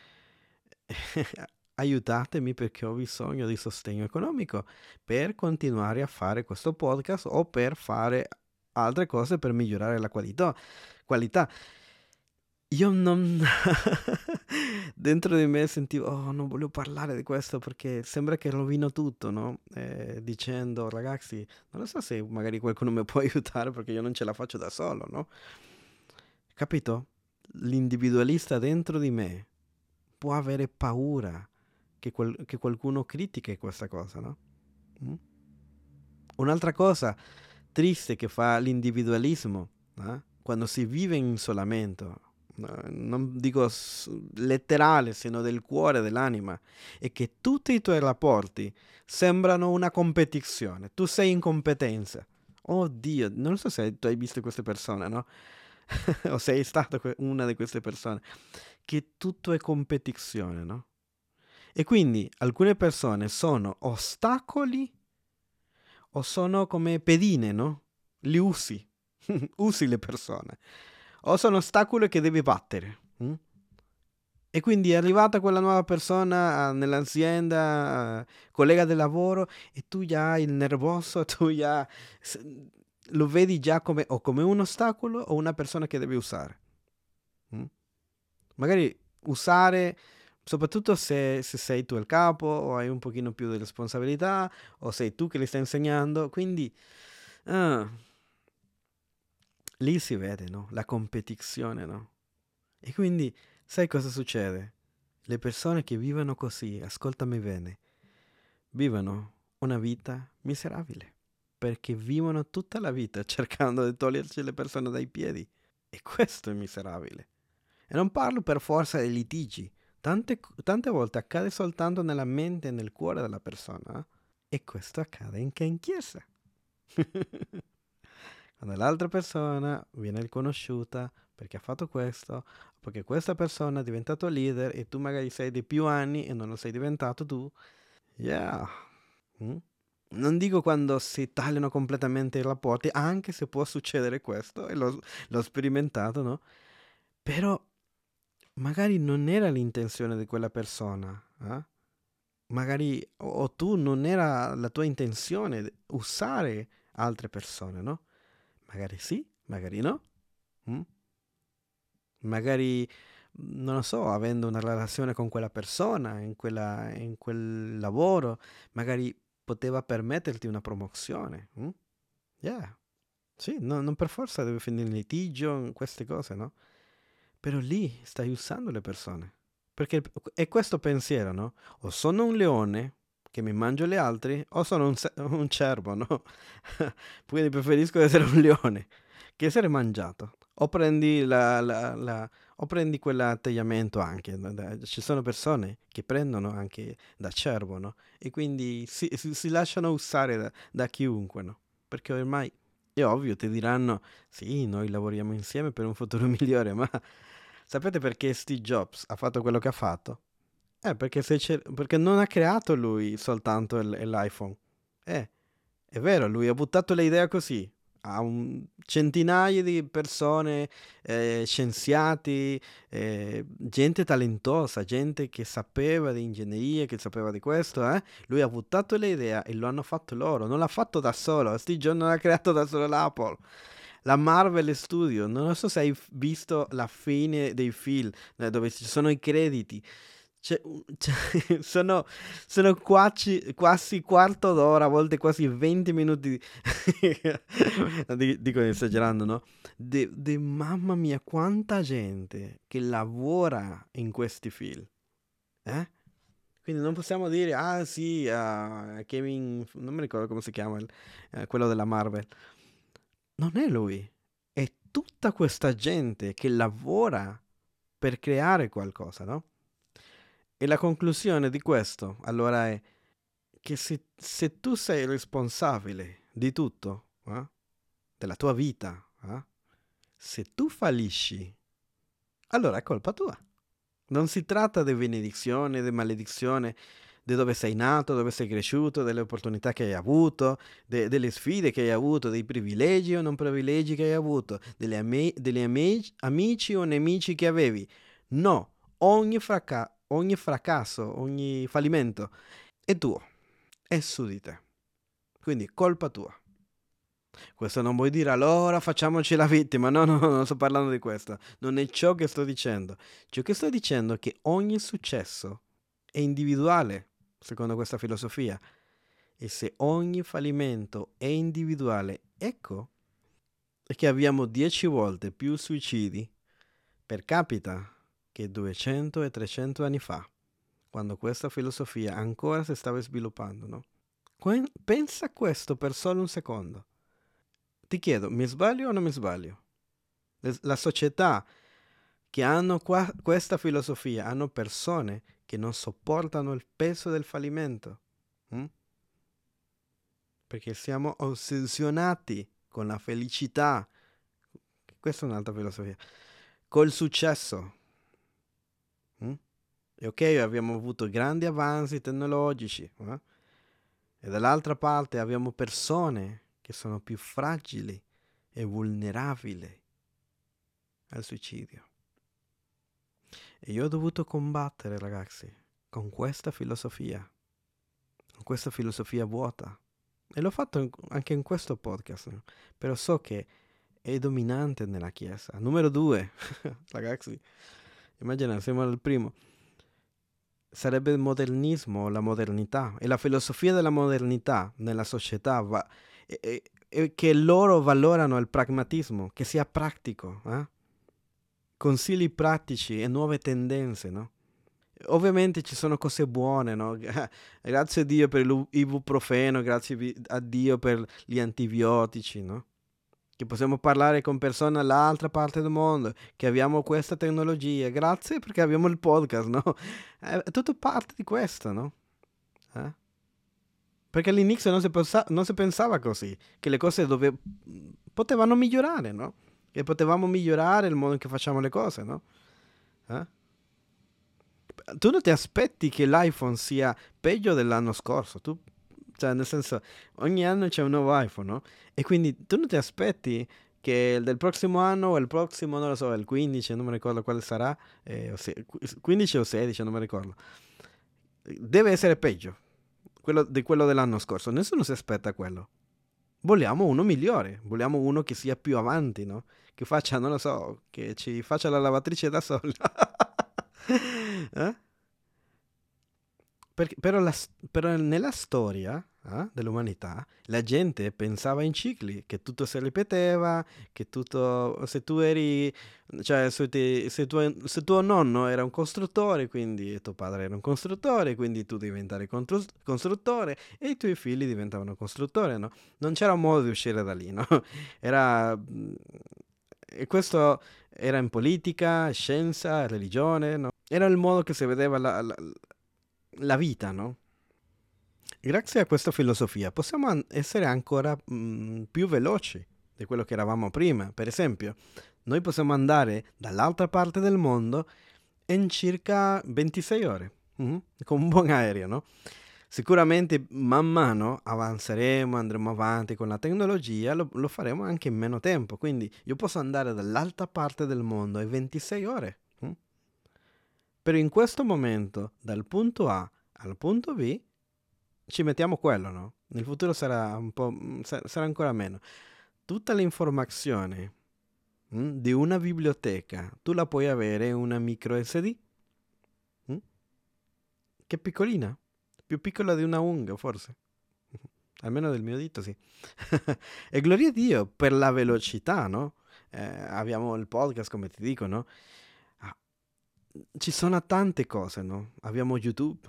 aiutatemi perché ho bisogno di sostegno economico per continuare a fare questo podcast o per fare altre cose per migliorare la qualità. qualità. Io non... Dentro di me sentivo, oh, non voglio parlare di questo perché sembra che rovino tutto, no? Eh, dicendo, ragazzi, non lo so se magari qualcuno mi può aiutare perché io non ce la faccio da solo, no? Capito? L'individualista dentro di me può avere paura che, quel- che qualcuno critichi questa cosa, no? Mm? Un'altra cosa triste che fa l'individualismo, eh? Quando si vive in isolamento, no, non dico s- letterale, sino del cuore, dell'anima, è che tutti i tuoi rapporti sembrano una competizione. Tu sei in competenza. Oh Dio, non so se tu hai visto queste persone, no? O sei stato que- una di queste persone, che tutto è competizione, no? E quindi alcune persone sono ostacoli o sono come pedine, no? Li usi, usi le persone. O sono ostacoli che devi battere. Mm? E quindi è arrivata quella nuova persona ah, nell'azienda, ah, collega del lavoro, e tu già il nervoso, tu già s- lo vedi già come, o come un ostacolo o una persona che devi usare. Mm? Magari usare, soprattutto se, se sei tu il capo o hai un pochino più di responsabilità o sei tu che li stai insegnando. Quindi ah, lì si vede, no? La competizione, no? E quindi sai cosa succede? Le persone che vivono così, ascoltami bene, vivono una vita miserabile, perché vivono tutta la vita cercando di toglierci le persone dai piedi. E questo è miserabile. E non parlo per forza di litigi. Tante, tante volte accade soltanto nella mente e nel cuore della persona. Eh? E questo accade anche in chiesa. Quando l'altra persona viene riconosciuta perché ha fatto questo, perché questa persona è diventato leader e tu magari sei di più anni e non lo sei diventato tu. Yeah. Mm? Non dico quando si tagliano completamente i rapporti, anche se può succedere questo, e l'ho, l'ho sperimentato, no? Però magari non era l'intenzione di quella persona, eh? Magari o, o tu non era la tua intenzione usare altre persone, no? Magari sì, magari no. Mm? Magari, non lo so, avendo una relazione con quella persona, in, quella, in quel lavoro, magari poteva permetterti una promozione. Mm? Yeah. Sì, no, non per forza deve finire in litigio, in queste cose, no? Però lì stai usando le persone. Perché è questo pensiero, no? O sono un leone che mi mangio gli altri, o sono un, se- un cervo, no? Quindi preferisco essere un leone che essere mangiato. O prendi, la, la- la- o prendi quell'atteggiamento anche. No? Da- Ci sono persone che prendono anche da cervo, no? E quindi si, si- si lasciano usare da, da chiunque, no? Perché ormai è ovvio, ti diranno, sì, noi lavoriamo insieme per un futuro migliore, ma sapete perché Steve Jobs ha fatto quello che ha fatto? Eh, perché, se c'è- perché non ha creato lui soltanto il- l'iPhone. Eh, è vero, lui ha buttato le idee così a un centinaia di persone, eh, scienziati, eh, gente talentosa, gente che sapeva di ingegneria, che sapeva di questo, eh. Lui ha buttato le idee e lo hanno fatto loro, non l'ha fatto da solo. Steve Jobs non ha creato da solo l'Apple. La Marvel Studio, non so se hai f- visto la fine dei film, eh, dove ci sono i crediti. C'è un- c'è- sono, sono quasi, quasi quarto d'ora, a volte quasi venti minuti. di- Di- Dico esagerando, no? De, de- mamma mia, quanta gente che lavora in questi film. Eh? Quindi non possiamo dire, ah sì, ah, Kevin, non mi ricordo come si chiama, il- eh, quello della Marvel. Non è lui, è tutta questa gente che lavora per creare qualcosa, no? E la conclusione di questo, allora, è che se, se tu sei responsabile di tutto, eh, della tua vita, eh, se tu fallisci, allora è colpa tua. Non si tratta di benedizione, di maledizione, di dove sei nato, dove sei cresciuto, delle opportunità che hai avuto, de- delle sfide che hai avuto, dei privilegi o non privilegi che hai avuto, delle ame- degli amici, amici o nemici che avevi. No, ogni, fracca- ogni fracasso, ogni fallimento è tuo, è su di te. Quindi colpa tua. Questo non vuol dire allora facciamoci la vittima. No, no, no, non sto parlando di questo. Non è ciò che sto dicendo. Ciò che sto dicendo è che ogni successo è individuale, secondo questa filosofia. E se ogni fallimento è individuale, ecco è che abbiamo dieci volte più suicidi per capita che duecento e trecento anni fa, quando questa filosofia ancora si stava sviluppando, no? Que- Pensa a questo per solo un secondo. Ti chiedo, mi sbaglio o non mi sbaglio? Le- La società che hanno qua, questa filosofia, hanno persone che non sopportano il peso del fallimento. Mm? Perché siamo ossessionati con la felicità. Questa è un'altra filosofia. Col successo. Mm? E ok, abbiamo avuto grandi avanzi tecnologici, eh? E dall'altra parte abbiamo persone che sono più fragili e vulnerabili al suicidio. E io ho dovuto combattere, ragazzi, con questa filosofia, con questa filosofia vuota. E l'ho fatto in- anche in questo podcast, no? Però so che è dominante nella Chiesa. Numero due, ragazzi, immagina, siamo al primo. Sarebbe il modernismo, la modernità. E la filosofia della modernità nella società va, è, è- è che loro valorano il pragmatismo, che sia pratico, eh? Consigli pratici e nuove tendenze, no? Ovviamente ci sono cose buone, no? Grazie a Dio per l'ibuprofeno, grazie vi- a Dio per gli antibiotici, no? Che possiamo parlare con persone dall'altra parte del mondo, che abbiamo questa tecnologia. Grazie perché abbiamo il podcast, no? È tutto parte di questo, no? Eh? Perché all'inizio non si, pensa- non si pensava così, che le cose dove... potevano migliorare, no? Che potevamo migliorare il modo in cui facciamo le cose, no? Eh? Tu non ti aspetti che l'iPhone sia peggio dell'anno scorso, tu, cioè nel senso, ogni anno c'è un nuovo iPhone, no? E quindi tu non ti aspetti che del prossimo anno o il prossimo, non lo so, il quindici, non mi ricordo quale sarà, eh, o se- quindici o sedici, non mi ricordo, deve essere peggio quello, di quello dell'anno scorso. Nessuno si aspetta quello. Vogliamo uno migliore, vogliamo uno che sia più avanti, no? Che faccia, non lo so, che ci faccia la lavatrice da sola. Eh? Perché- però, la s- però nella storia eh, dell'umanità la gente pensava in cicli, che tutto si ripeteva, che tutto, se tu eri, cioè se, ti- se tuo, se tuo nonno era un costruttore, quindi tuo padre era un costruttore, quindi tu diventavi contru- costruttore e i tuoi figli diventavano costruttori, no? Non c'era un modo di uscire da lì, no? Era... mm, E questo era in politica, scienza, religione, no? Era il modo che si vedeva la, la- la vita, no? Grazie a questa filosofia possiamo an- essere ancora mm, più veloci di quello che eravamo prima. Per esempio, noi possiamo andare dall'altra parte del mondo in circa ventisei ore, mhm, con un buon aereo, no? Sicuramente man mano avanzeremo, andremo avanti con la tecnologia, lo, lo faremo anche in meno tempo. Quindi io posso andare dall'altra parte del mondo in ventisei ore. mm? Però in questo momento, dal punto A al punto B, ci mettiamo quello, no? Nel futuro sarà un po', mm, sa- sarà ancora meno. Tutta l'informazione mm, di una biblioteca tu la puoi avere in una micro S D, mm, che è piccolina, più piccola di una unghia forse, almeno del mio dito, sì. E gloria a Dio per la velocità, no? Eh, abbiamo il podcast, come ti dico, no? Ah, ci sono tante cose, no? Abbiamo YouTube,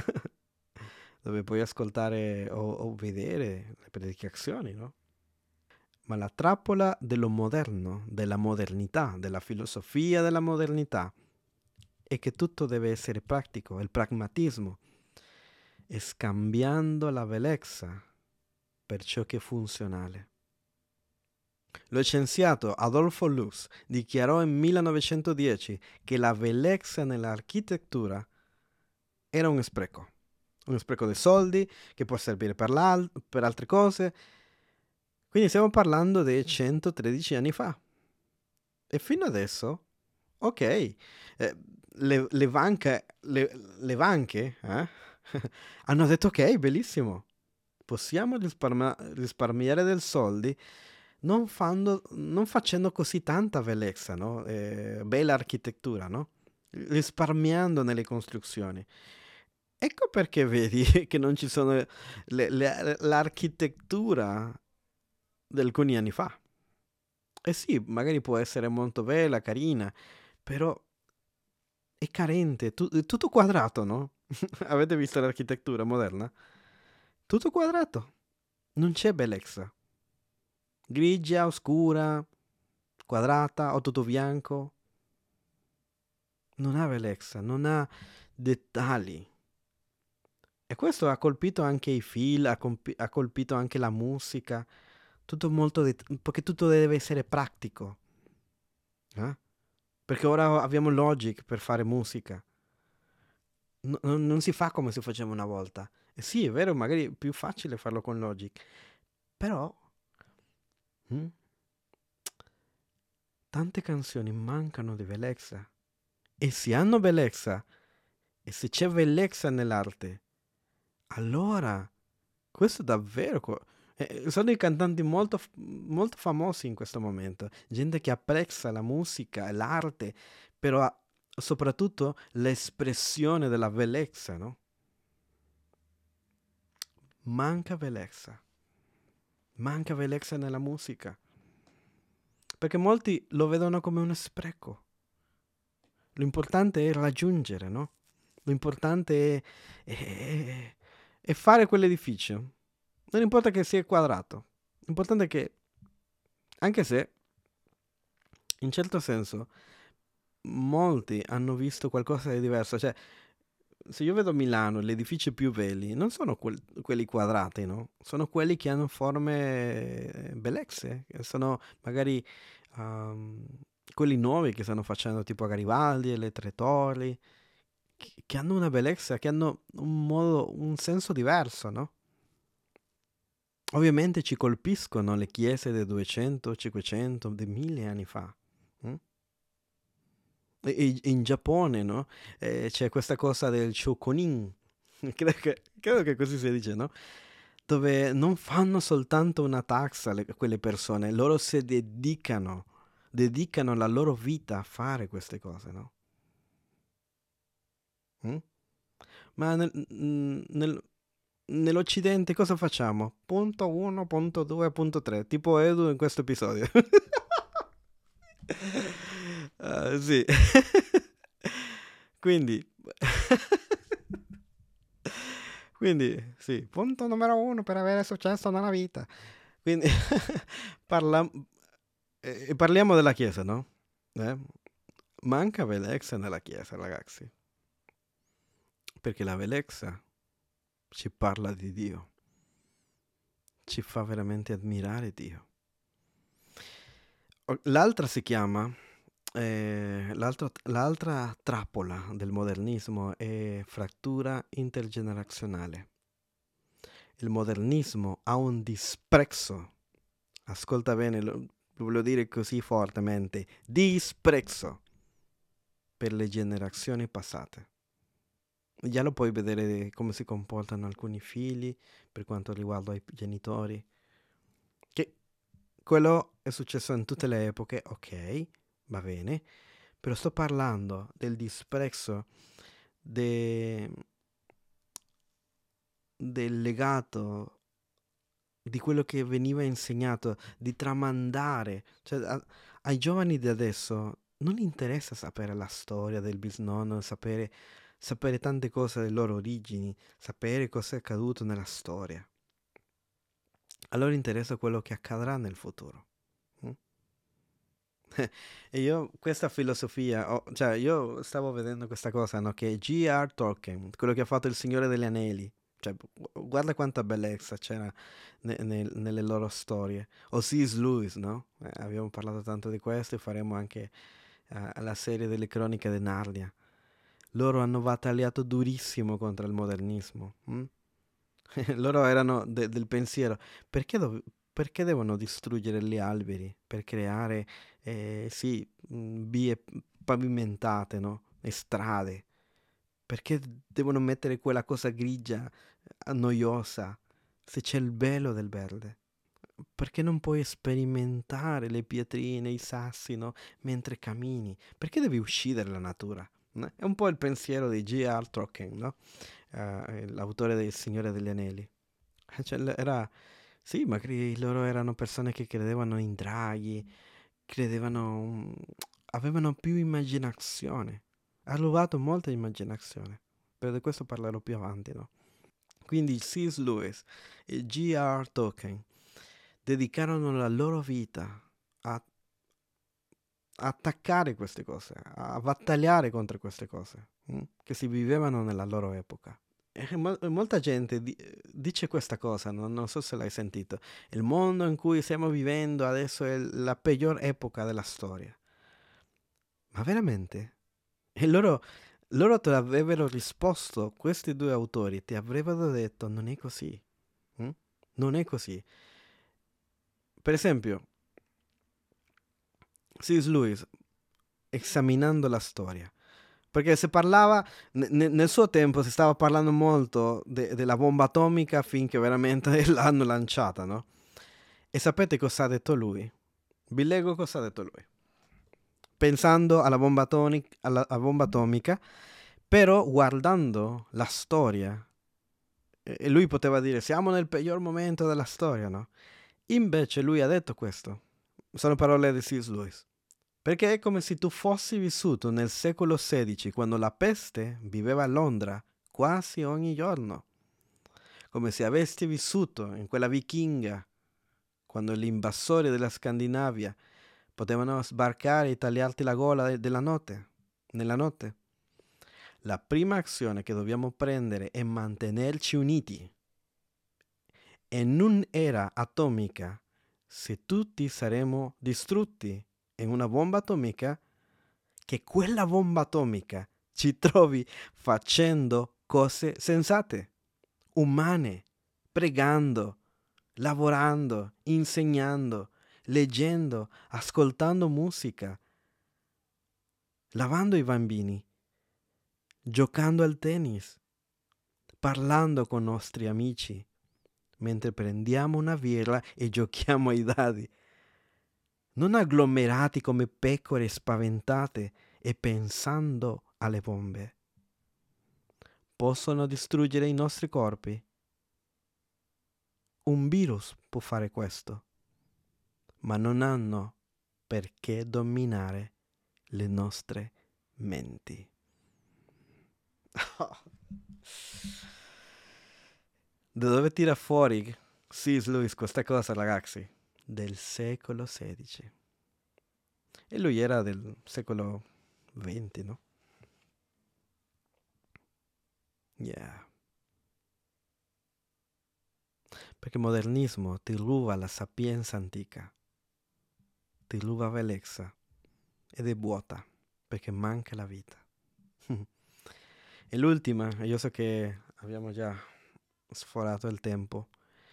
dove puoi ascoltare o, o vedere le predicazioni, no? Ma la trappola dello moderno, della modernità, della filosofia della modernità, è che tutto deve essere pratico, il pragmatismo, e scambiando la bellezza per ciò che è funzionale. Lo scienziato Adolfo Lux dichiarò nel millenovecentodieci che la bellezza nell'architettura era un spreco, uno spreco di soldi che può servire per, l'al- per altre cose. Quindi stiamo parlando di centotredici anni fa. E fino adesso, ok, eh, le, le banche, le, le banche eh, hanno detto ok, bellissimo, possiamo risparma- risparmiare del soldi non, fando- non facendo così tanta bellezza, no? Eh, bella architettura, no? Risparmiando nelle costruzioni. Ecco perché vedi che non ci sono le- le- l'architettura di alcuni anni fa. Eh sì, magari può essere molto bella, carina, però è carente, tu- è tutto quadrato, no? Avete visto l'architettura moderna? Tutto quadrato, non c'è bellezza. Grigia, oscura, quadrata o tutto bianco. non ha bellezza, non ha dettagli. E questo ha colpito anche i film, ha, compi- ha colpito anche la musica, tutto molto, det- perché tutto deve essere pratico, eh? Perché ora abbiamo Logic per fare musica. No- non non si fa come si faceva una volta. E sì, è vero, magari è più facile farlo con Logic, però mm, tante canzoni mancano di bellezza. E se hanno bellezza, e se c'è bellezza nell'arte, allora questo davvero... co- eh, sono dei cantanti molto, f- molto famosi in questo momento, gente che apprezza la musica e l'arte, però ha- soprattutto l'espressione della bellezza, no? Manca bellezza, manca bellezza nella musica, perché molti lo vedono come un spreco. L'importante è raggiungere, no? L'importante è, è- è fare quell'edificio. Non importa che sia quadrato, l'importante è che, anche se, in certo senso, molti hanno visto qualcosa di diverso. Cioè, se io vedo Milano, gli edifici più belli, non sono quel- quelli quadrati, no? Sono quelli che hanno forme eh, bellezze, che sono magari ehm, quelli nuovi che stanno facendo, tipo Garibaldi e le Tre Torri, che, che hanno una bellezza, che hanno un modo, un senso diverso, no? Ovviamente ci colpiscono le chiese del duecento, cinquecento, di mille anni fa. Mm? E- e- in Giappone, no? Eh, c'è questa cosa del shokunin, credo che, credo che così si dice, no? Dove non fanno soltanto una taxa le- quelle persone, loro si dedicano, dedicano la loro vita a fare queste cose, no? Mm? Ma nel- mm, nel- nell'Occidente cosa facciamo? Punto uno, punto due, punto tre, tipo Edu in questo episodio. Ah, sì. Quindi, quindi, sì, punto numero uno per avere successo nella vita. Quindi, parla- eh, parliamo della Chiesa, no? Eh? Manca bellezza nella Chiesa, ragazzi, perché la bellezza ci parla di Dio, ci fa veramente ammirare Dio. O- L'altra si chiama, eh, l'altro- l'altra trappola del modernismo è frattura intergenerazionale. Il modernismo ha un disprezzo, ascolta bene, lo, lo voglio dire così fortemente, disprezzo per le generazioni passate. Già lo puoi vedere come si comportano alcuni figli per quanto riguarda i genitori. Che quello è successo in tutte le epoche, ok, va bene, però sto parlando del disprezzo de- del legato di quello che veniva insegnato, di tramandare. Cioè, a- ai giovani di adesso non interessa sapere la storia del bisnonno, sapere, sapere tante cose delle loro origini, sapere cosa è accaduto nella storia. A loro interessa quello che accadrà nel futuro. Mm? E io, questa filosofia, ho- cioè io stavo vedendo questa cosa, no? Che G R. Tolkien, quello che ha fatto Il Signore degli Anelli, cioè gu- guarda quanta bellezza c'era ne- nel- nelle loro storie. O C S. Lewis, no? Eh, abbiamo parlato tanto di questo e faremo anche eh, la serie delle cronache di Narnia. Loro hanno battagliato durissimo contro il modernismo. Mm? Loro erano de- del pensiero, perché, dov- perché devono distruggere gli alberi per creare, eh, sì, mm, vie pavimentate, no? E strade? Perché devono mettere quella cosa grigia, eh, noiosa, se c'è il bello del verde? Perché non puoi sperimentare le pietrine, i sassi, no? Mentre cammini? Perché devi uscire dalla natura? No? È un po' il pensiero di G R. Tolkien, no? Eh, l'autore del Signore degli Anelli. Eh, cioè, l- era, sì, magari loro erano persone che credevano in draghi, credevano, mm, avevano più immaginazione. Ha rubato molta immaginazione. Però di questo parlerò più avanti, no? Quindi C S. Lewis e G R. Tolkien dedicarono la loro vita a a attaccare queste cose, a battagliare contro queste cose mm, che si vivevano nella loro epoca. E mol- molta gente di- dice questa cosa, no? Non so se l'hai sentito. Il mondo in cui stiamo vivendo adesso è la peggior epoca della storia. Ma veramente? E loro, loro ti avrebbero risposto, questi due autori ti avrebbero detto non è così. mm? Non è così. Per esempio, C S. Lewis, esaminando la storia. Perché si parlava, ne- ne- nel suo tempo si stava parlando molto de- della bomba atomica finché veramente l'hanno lanciata, no? E sapete cosa ha detto lui? Vi leggo cosa ha detto lui. Pensando alla bomba, atonic- alla, alla bomba atomica, però guardando la storia, e e lui poteva dire siamo nel peggior momento della storia, no? Invece lui ha detto questo. Sono parole di C S. Lewis. Perché è come se tu fossi vissuto nel secolo sedici, quando la peste viveva a Londra quasi ogni giorno. Come se avessi vissuto in quella vichinga, quando gli invasori della Scandinavia potevano sbarcare e tagliarti la gola de- della notte, nella notte. La prima azione che dobbiamo prendere è mantenerci uniti. E non era atomica. Se tutti saremo distrutti in una bomba atomica, che quella bomba atomica ci trovi facendo cose sensate, umane, pregando, lavorando, insegnando, leggendo, ascoltando musica, lavando i bambini, giocando al tennis, parlando con i nostri amici, mentre prendiamo una birra e giochiamo ai dadi, non agglomerati come pecore spaventate e pensando alle bombe. Possono distruggere i nostri corpi. Un virus può fare questo, ma non hanno perché dominare le nostre menti. Da dove tira fuori C S. Lewis questa cosa, ragazzi? Del secolo sedici. E lui era del secolo venti, no? Yeah. Perché il modernismo ti ruba la sapienza antica, ti ruba bellezza ed è vuota, perché manca la vita. E l'ultima, e io so che abbiamo già sforato il tempo.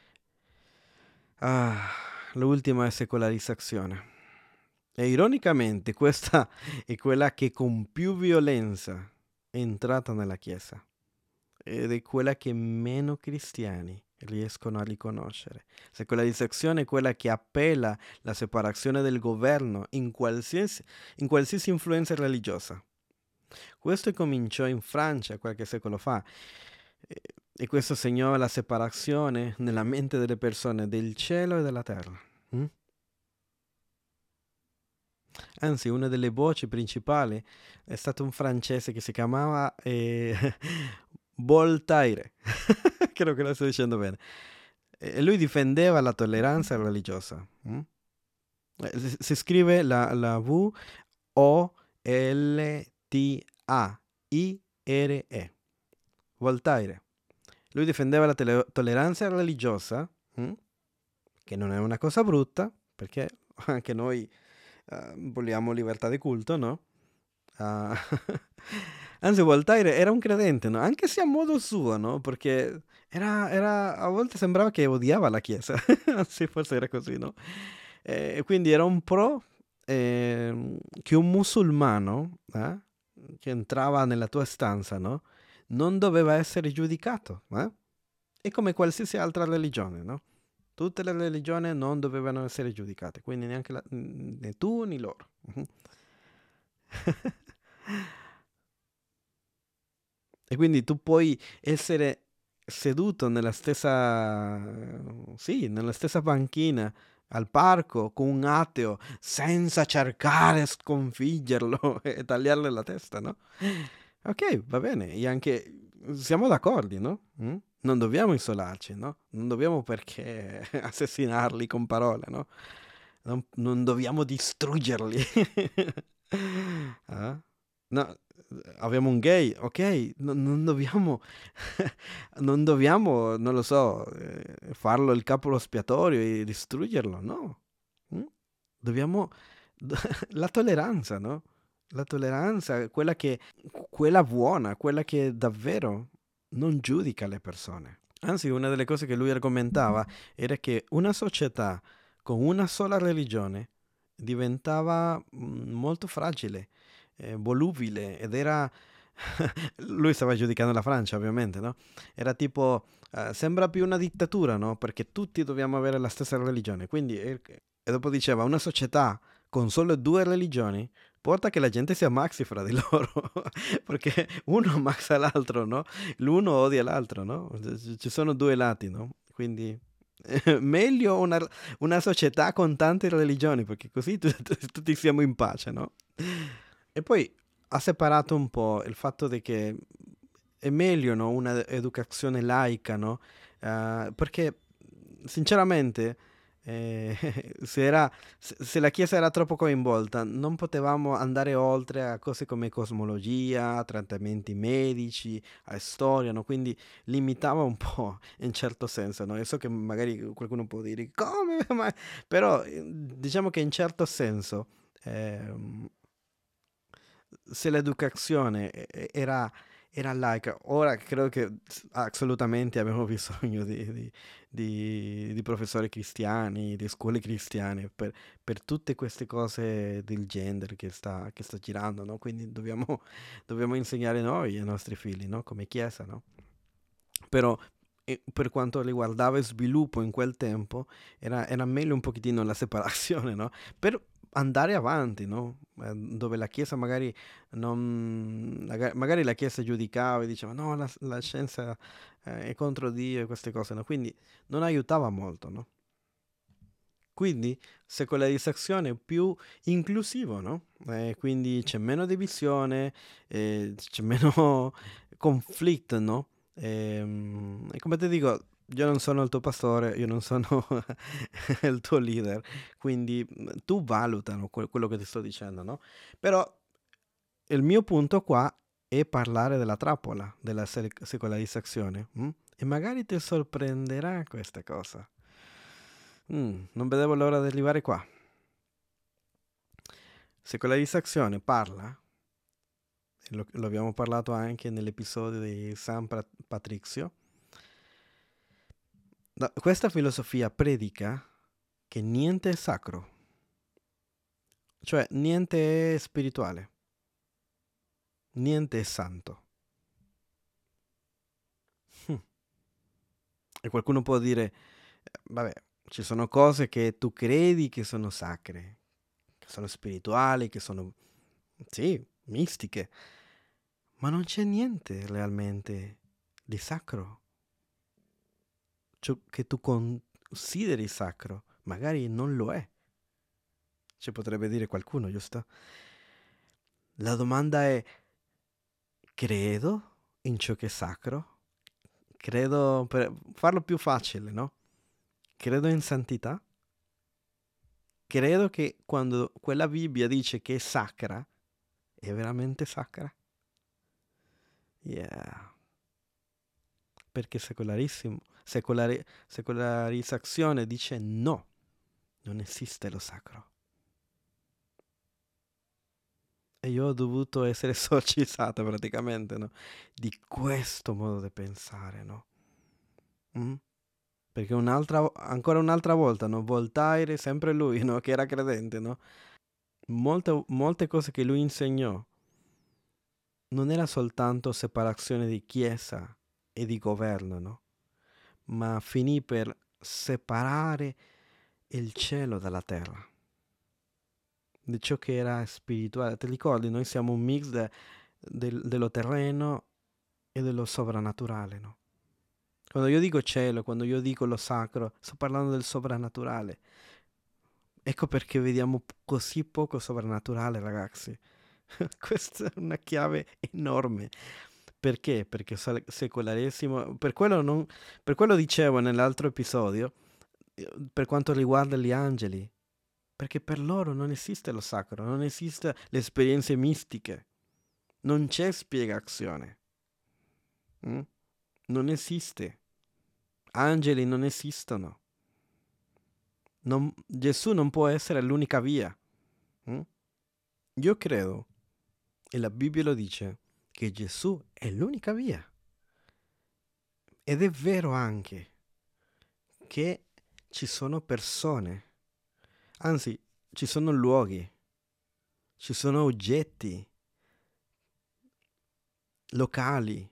Ah, l'ultima è secolarizzazione. E ironicamente questa è quella che con più violenza è entrata nella Chiesa ed è quella che meno cristiani riescono a riconoscere. Secolarizzazione è quella che appella la separazione del governo in qualsiasi, in qualsiasi influenza religiosa. Questo cominciò in Francia qualche secolo fa e, e questo segnò la separazione nella mente delle persone del cielo e della terra. Mm? Anzi, una delle voci principali è stato un francese che si chiamava eh, Voltaire. Credo che lo sto dicendo bene. E lui difendeva la tolleranza religiosa. mm? Eh, Si si scrive la, la V O L T A I R E. Voltaire. Lui difendeva la tele- tolleranza religiosa, mm? che non è una cosa brutta, perché anche noi eh, vogliamo libertà di culto, no? Ah, anzi, Voltaire era un credente, no? Anche se a modo suo, no? Perché era, era- a volte sembrava che odiava la Chiesa, anzi forse era così, no? E quindi era un pro ehm, che un musulmano eh, che entrava nella tua stanza, no? Non doveva essere giudicato, eh? È come qualsiasi altra religione, no? Tutte le religioni non dovevano essere giudicate, quindi neanche la- né tu né loro. E quindi tu puoi essere seduto nella stessa, sì, nella stessa panchina al parco con un ateo senza cercare di sconfiggerlo e tagliarle la testa, no? Ok, va bene, e anche siamo d'accordo, no? Mm? Non dobbiamo isolarci, no? Non dobbiamo perché assassinarli con parole, no? non, non dobbiamo distruggerli. Ah? No, abbiamo un gay, ok, no- non dobbiamo, non dobbiamo, non lo so, eh, farlo il capro espiatorio e distruggerlo, no. Mm? Dobbiamo, la tolleranza, no? La tolleranza, quella che, quella buona, quella che davvero non giudica le persone. Anzi, una delle cose che lui argomentava era che una società con una sola religione diventava mm, molto fragile, eh, volubile ed era... Lui stava giudicando la Francia, ovviamente, no? Era tipo, eh, sembra più una dittatura, no? Perché tutti dobbiamo avere la stessa religione. Quindi, eh, e dopo diceva, una società con solo due religioni porta che la gente si ammazzi fra di loro, perché uno ammazza l'altro, no? L'uno odia l'altro, no? C- Ci sono due lati, no? Quindi meglio una, una società con tante religioni, perché così tu- tu- tutti siamo in pace, no? E poi ha separato un po' il fatto di che è meglio, no, una educazione laica, no? Eh, perché sinceramente eh, se, era- se- se la Chiesa era troppo coinvolta non potevamo andare oltre a cose come cosmologia, a trattamenti medici, a storia, no? Quindi limitava un po' in certo senso, no? Io so che magari qualcuno può dire come, ma... però eh, diciamo che in certo senso ehm, se l'educazione e- e- era, era laica, ora credo che s- assolutamente abbiamo bisogno di, di- di- di professori cristiani, di scuole cristiane per, per tutte queste cose del gender che sta, che sta girando, no? Quindi dobbiamo, dobbiamo insegnare noi ai nostri figli, no? Come Chiesa, no? Però eh, per quanto riguardava il sviluppo in quel tempo, era, era meglio un pochettino la separazione, no? Per andare avanti, no? Eh, Dove la Chiesa magari non... maga- magari la Chiesa giudicava e diceva no, la, la scienza eh, è contro Dio e queste cose, no? Quindi non aiutava molto, no? Quindi secolarizzazione più inclusivo, no? Eh, quindi c'è meno divisione, eh, c'è meno conflitto, no? Ehm, E, come ti dico, io non sono il tuo pastore, io non sono il tuo leader, quindi mm, tu valutano que- quello che ti sto dicendo, no? Però il mio punto qua è parlare della trappola, della se- secolarizzazione, mm? E magari ti sorprenderà questa cosa. Mm, non vedevo l'ora di arrivare qua. Secolarizzazione parla, e lo, lo abbiamo parlato anche nell'episodio di San Pra- Patrizio, da- questa filosofia predica che niente è sacro, cioè niente è spirituale, niente è santo. Hm. E qualcuno può dire, eh, vabbè, ci sono cose che tu credi che sono sacre, che sono spirituali, che sono, sì, mistiche, ma non c'è niente realmente di sacro. Ciò che tu consideri sacro, magari non lo è. Ci potrebbe dire qualcuno, giusto? La domanda è, credo in ciò che è sacro? Credo, per farlo più facile, no? Credo in santità? Credo che quando quella Bibbia dice che è sacra, è veramente sacra? Yeah. Perché secolarissimo, secolari- secolarizzazione dice no, non esiste lo sacro. E io ho dovuto essere esorcizzato praticamente, no? Di questo modo di pensare, no? Mm? Perché un'altra, vo- ancora un'altra volta, no? Voltaire, sempre lui, no? Che era credente, no? Molte, molte cose che lui insegnò non era soltanto separazione di chiesa e di governo, no? Ma finì per separare il cielo dalla terra, di ciò che era spirituale. Ti ricordi? Noi siamo un mix de- del- dello terreno e dello sovrannaturale, no? Quando io dico cielo, quando io dico lo sacro, sto parlando del sovrannaturale. Ecco perché vediamo p- così poco sovrannaturale, ragazzi. Questa è una chiave enorme. Perché? Perché sal- secolaresimo, per quello, non, per quello dicevo nell'altro episodio, eh, per quanto riguarda gli angeli, Perché per loro non esiste lo sacro, non esiste le esperienze mistiche, non c'è spiegazione. Mm? Non esiste. Angeli non esistono. Non- Gesù non può essere l'unica via. Mm? Io credo, e la Bibbia lo dice, che Gesù è l'unica via. Ed è vero anche che ci sono persone, anzi, ci sono luoghi, ci sono oggetti, locali,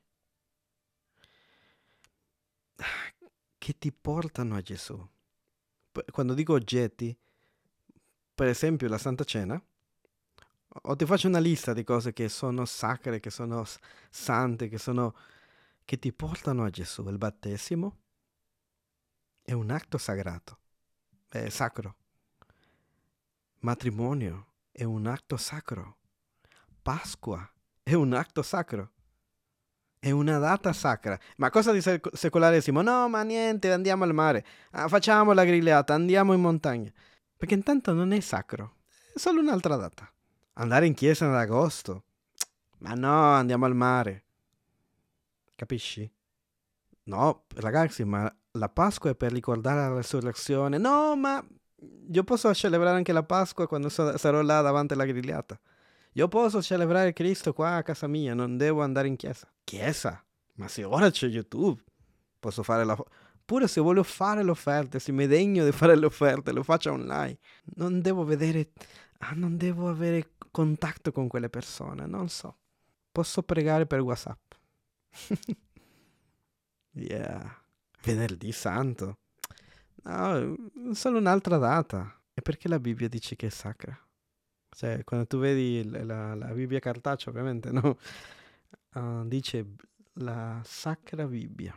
che ti portano a Gesù. P- Quando dico oggetti, per esempio la Santa Cena, o ti faccio una lista di cose che sono sacre, che sono s- sante, che sono che ti portano a Gesù. Il battesimo è un atto sagrato, è sacro. Matrimonio è un atto sacro. Pasqua è un atto sacro. È una data sacra. Ma cosa di sec- secolaresimo? No, ma niente, andiamo al mare. Ah, facciamo la grigliata, andiamo in montagna. Perché intanto non è sacro. È solo un'altra data. Andare in chiesa ad agosto. Ma no, andiamo al mare. Capisci? No, ragazzi, ma la Pasqua è per ricordare la resurrezione. No, ma io posso celebrare anche la Pasqua quando so- sarò là davanti alla grigliata. Io posso celebrare Cristo qua a casa mia, non devo andare in chiesa. Chiesa? Ma se ora c'è YouTube, posso fare la... Pure se voglio fare le offerte, se mi degno di fare le offerte, lo faccio online. Non devo vedere... Ah, non devo avere contatto con quelle persone, non so. Posso pregare per WhatsApp. Yeah. Venerdì Santo. No, è solo un'altra data. E perché la Bibbia dice che è sacra? Cioè, quando tu vedi il- la, la Bibbia cartacea, ovviamente, no? Ah, dice b- la Sacra Bibbia.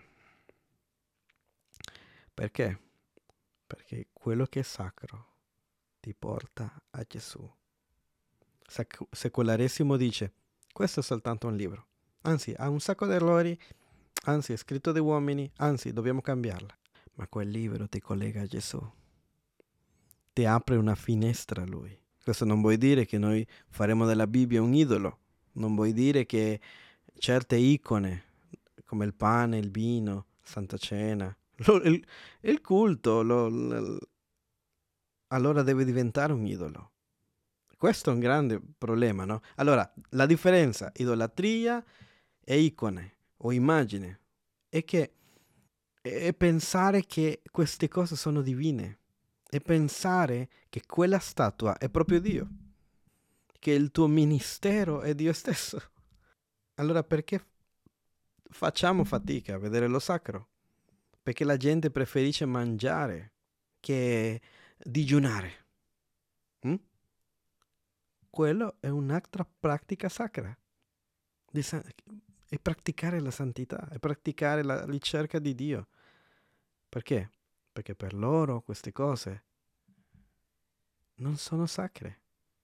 Perché? Perché quello che è sacro ti porta a Gesù. Sac- secolaresimo dice, questo è soltanto un libro. Anzi, ha un sacco di errori, anzi, è scritto da uomini, anzi, dobbiamo cambiarla. Ma quel libro ti collega a Gesù, ti apre una finestra a Lui. Questo non vuol dire che noi faremo della Bibbia un idolo, non vuol dire che certe icone, come il pane, il vino, Santa Cena, lo- il, il culto, lo- l- allora deve diventare un idolo. Questo è un grande problema, no? Allora, la differenza idolatria e icone o immagine è che è pensare che queste cose sono divine, è pensare che quella statua è proprio Dio, che il tuo ministero è Dio stesso. Allora perché facciamo fatica a vedere lo sacro? Perché la gente preferisce mangiare che digiunare. Mm? Quello è un'altra pratica sacra. Di sa- è praticare la santità, è praticare la ricerca di Dio. Perché? Perché per loro queste cose non sono sacre.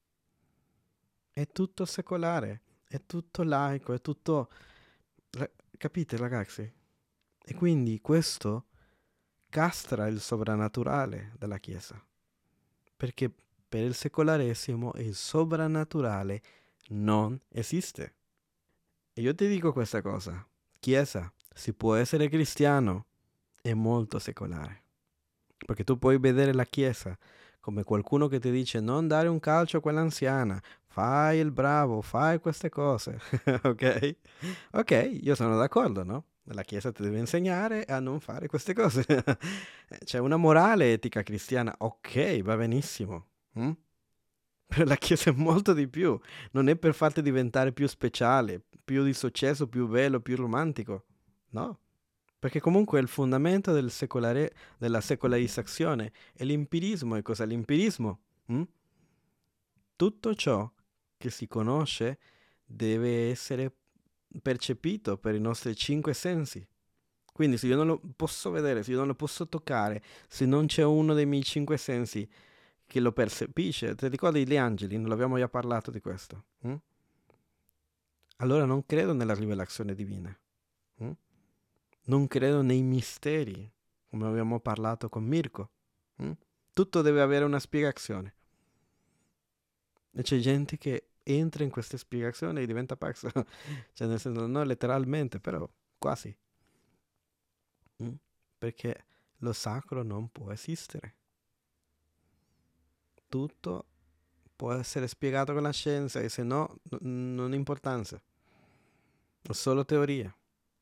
È tutto secolare, è tutto laico, è tutto... ra- Capite ragazzi? E quindi questo castra il sovrannaturale della Chiesa. Perché per il secolaresimo il sovrannaturale non esiste. E io ti dico questa cosa. Chiesa, si può essere cristiano e molto secolare. Perché tu puoi vedere la Chiesa come qualcuno che ti dice non dare un calcio a quell'anziana, fai il bravo, fai queste cose, ok? Ok, io sono d'accordo, no? La Chiesa ti deve insegnare a non fare queste cose. C'è una morale etica cristiana, ok, va benissimo. Mm? Però la Chiesa è molto di più, non è per farti diventare più speciale, più di successo, più bello, più romantico, no? Perché comunque il fondamento del secolare- della secolarizzazione è l'empirismo. E cos'è l'empirismo? Mm? Tutto ciò che si conosce deve essere percepito per i nostri cinque sensi. Quindi se io non lo posso vedere, se io non lo posso toccare, se non c'è uno dei miei cinque sensi che lo percepisce, ti ricordi gli angeli? Non abbiamo già parlato di questo. Mm? Allora non credo nella rivelazione divina. Mm? Non credo nei misteri, come abbiamo parlato con Mirko. Mm? Tutto deve avere una spiegazione. E c'è gente che entra in queste spiegazioni e diventa pazzo. Cioè, nel senso, non letteralmente, però quasi. Mm? Perché lo sacro non può esistere. Tutto può essere spiegato con la scienza e se no, n- non ha importanza. È solo teoria.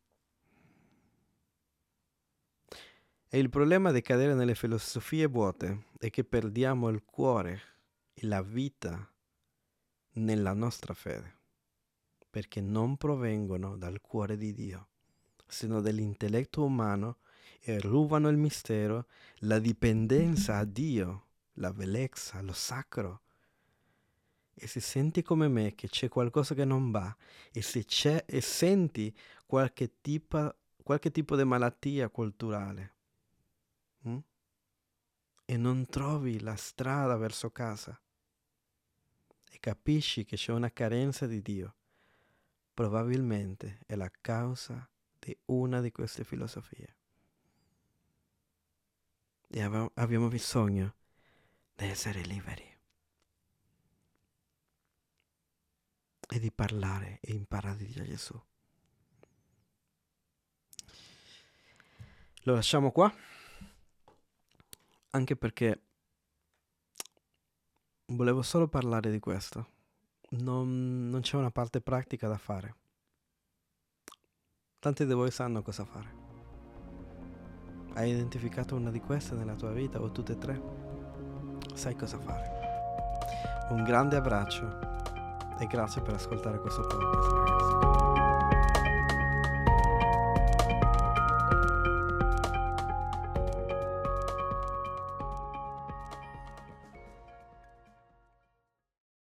E il problema di cadere nelle filosofie vuote è che perdiamo il cuore e la vita nella nostra fede, perché non provengono dal cuore di Dio, sino dall'intelletto umano e rubano il mistero, la dipendenza a Dio, la bellezza, lo sacro. E se senti come me che c'è qualcosa che non va, e se c'è e senti qualche tipo, qualche tipo di malattia culturale, hm? e non trovi la strada verso casa, e capisci che c'è una carenza di Dio, probabilmente è la causa di una di queste filosofie. E abbiamo, abbiamo bisogno di essere liberi e di parlare e imparare di Gesù. Lo lasciamo qua, anche perché volevo solo parlare di questo. Non, non c'è una parte pratica da fare. Tanti di voi sanno cosa fare. Hai identificato una di queste nella tua vita o tutte e tre? Sai cosa fare. Un grande abbraccio e grazie per ascoltare questo podcast, ragazzi.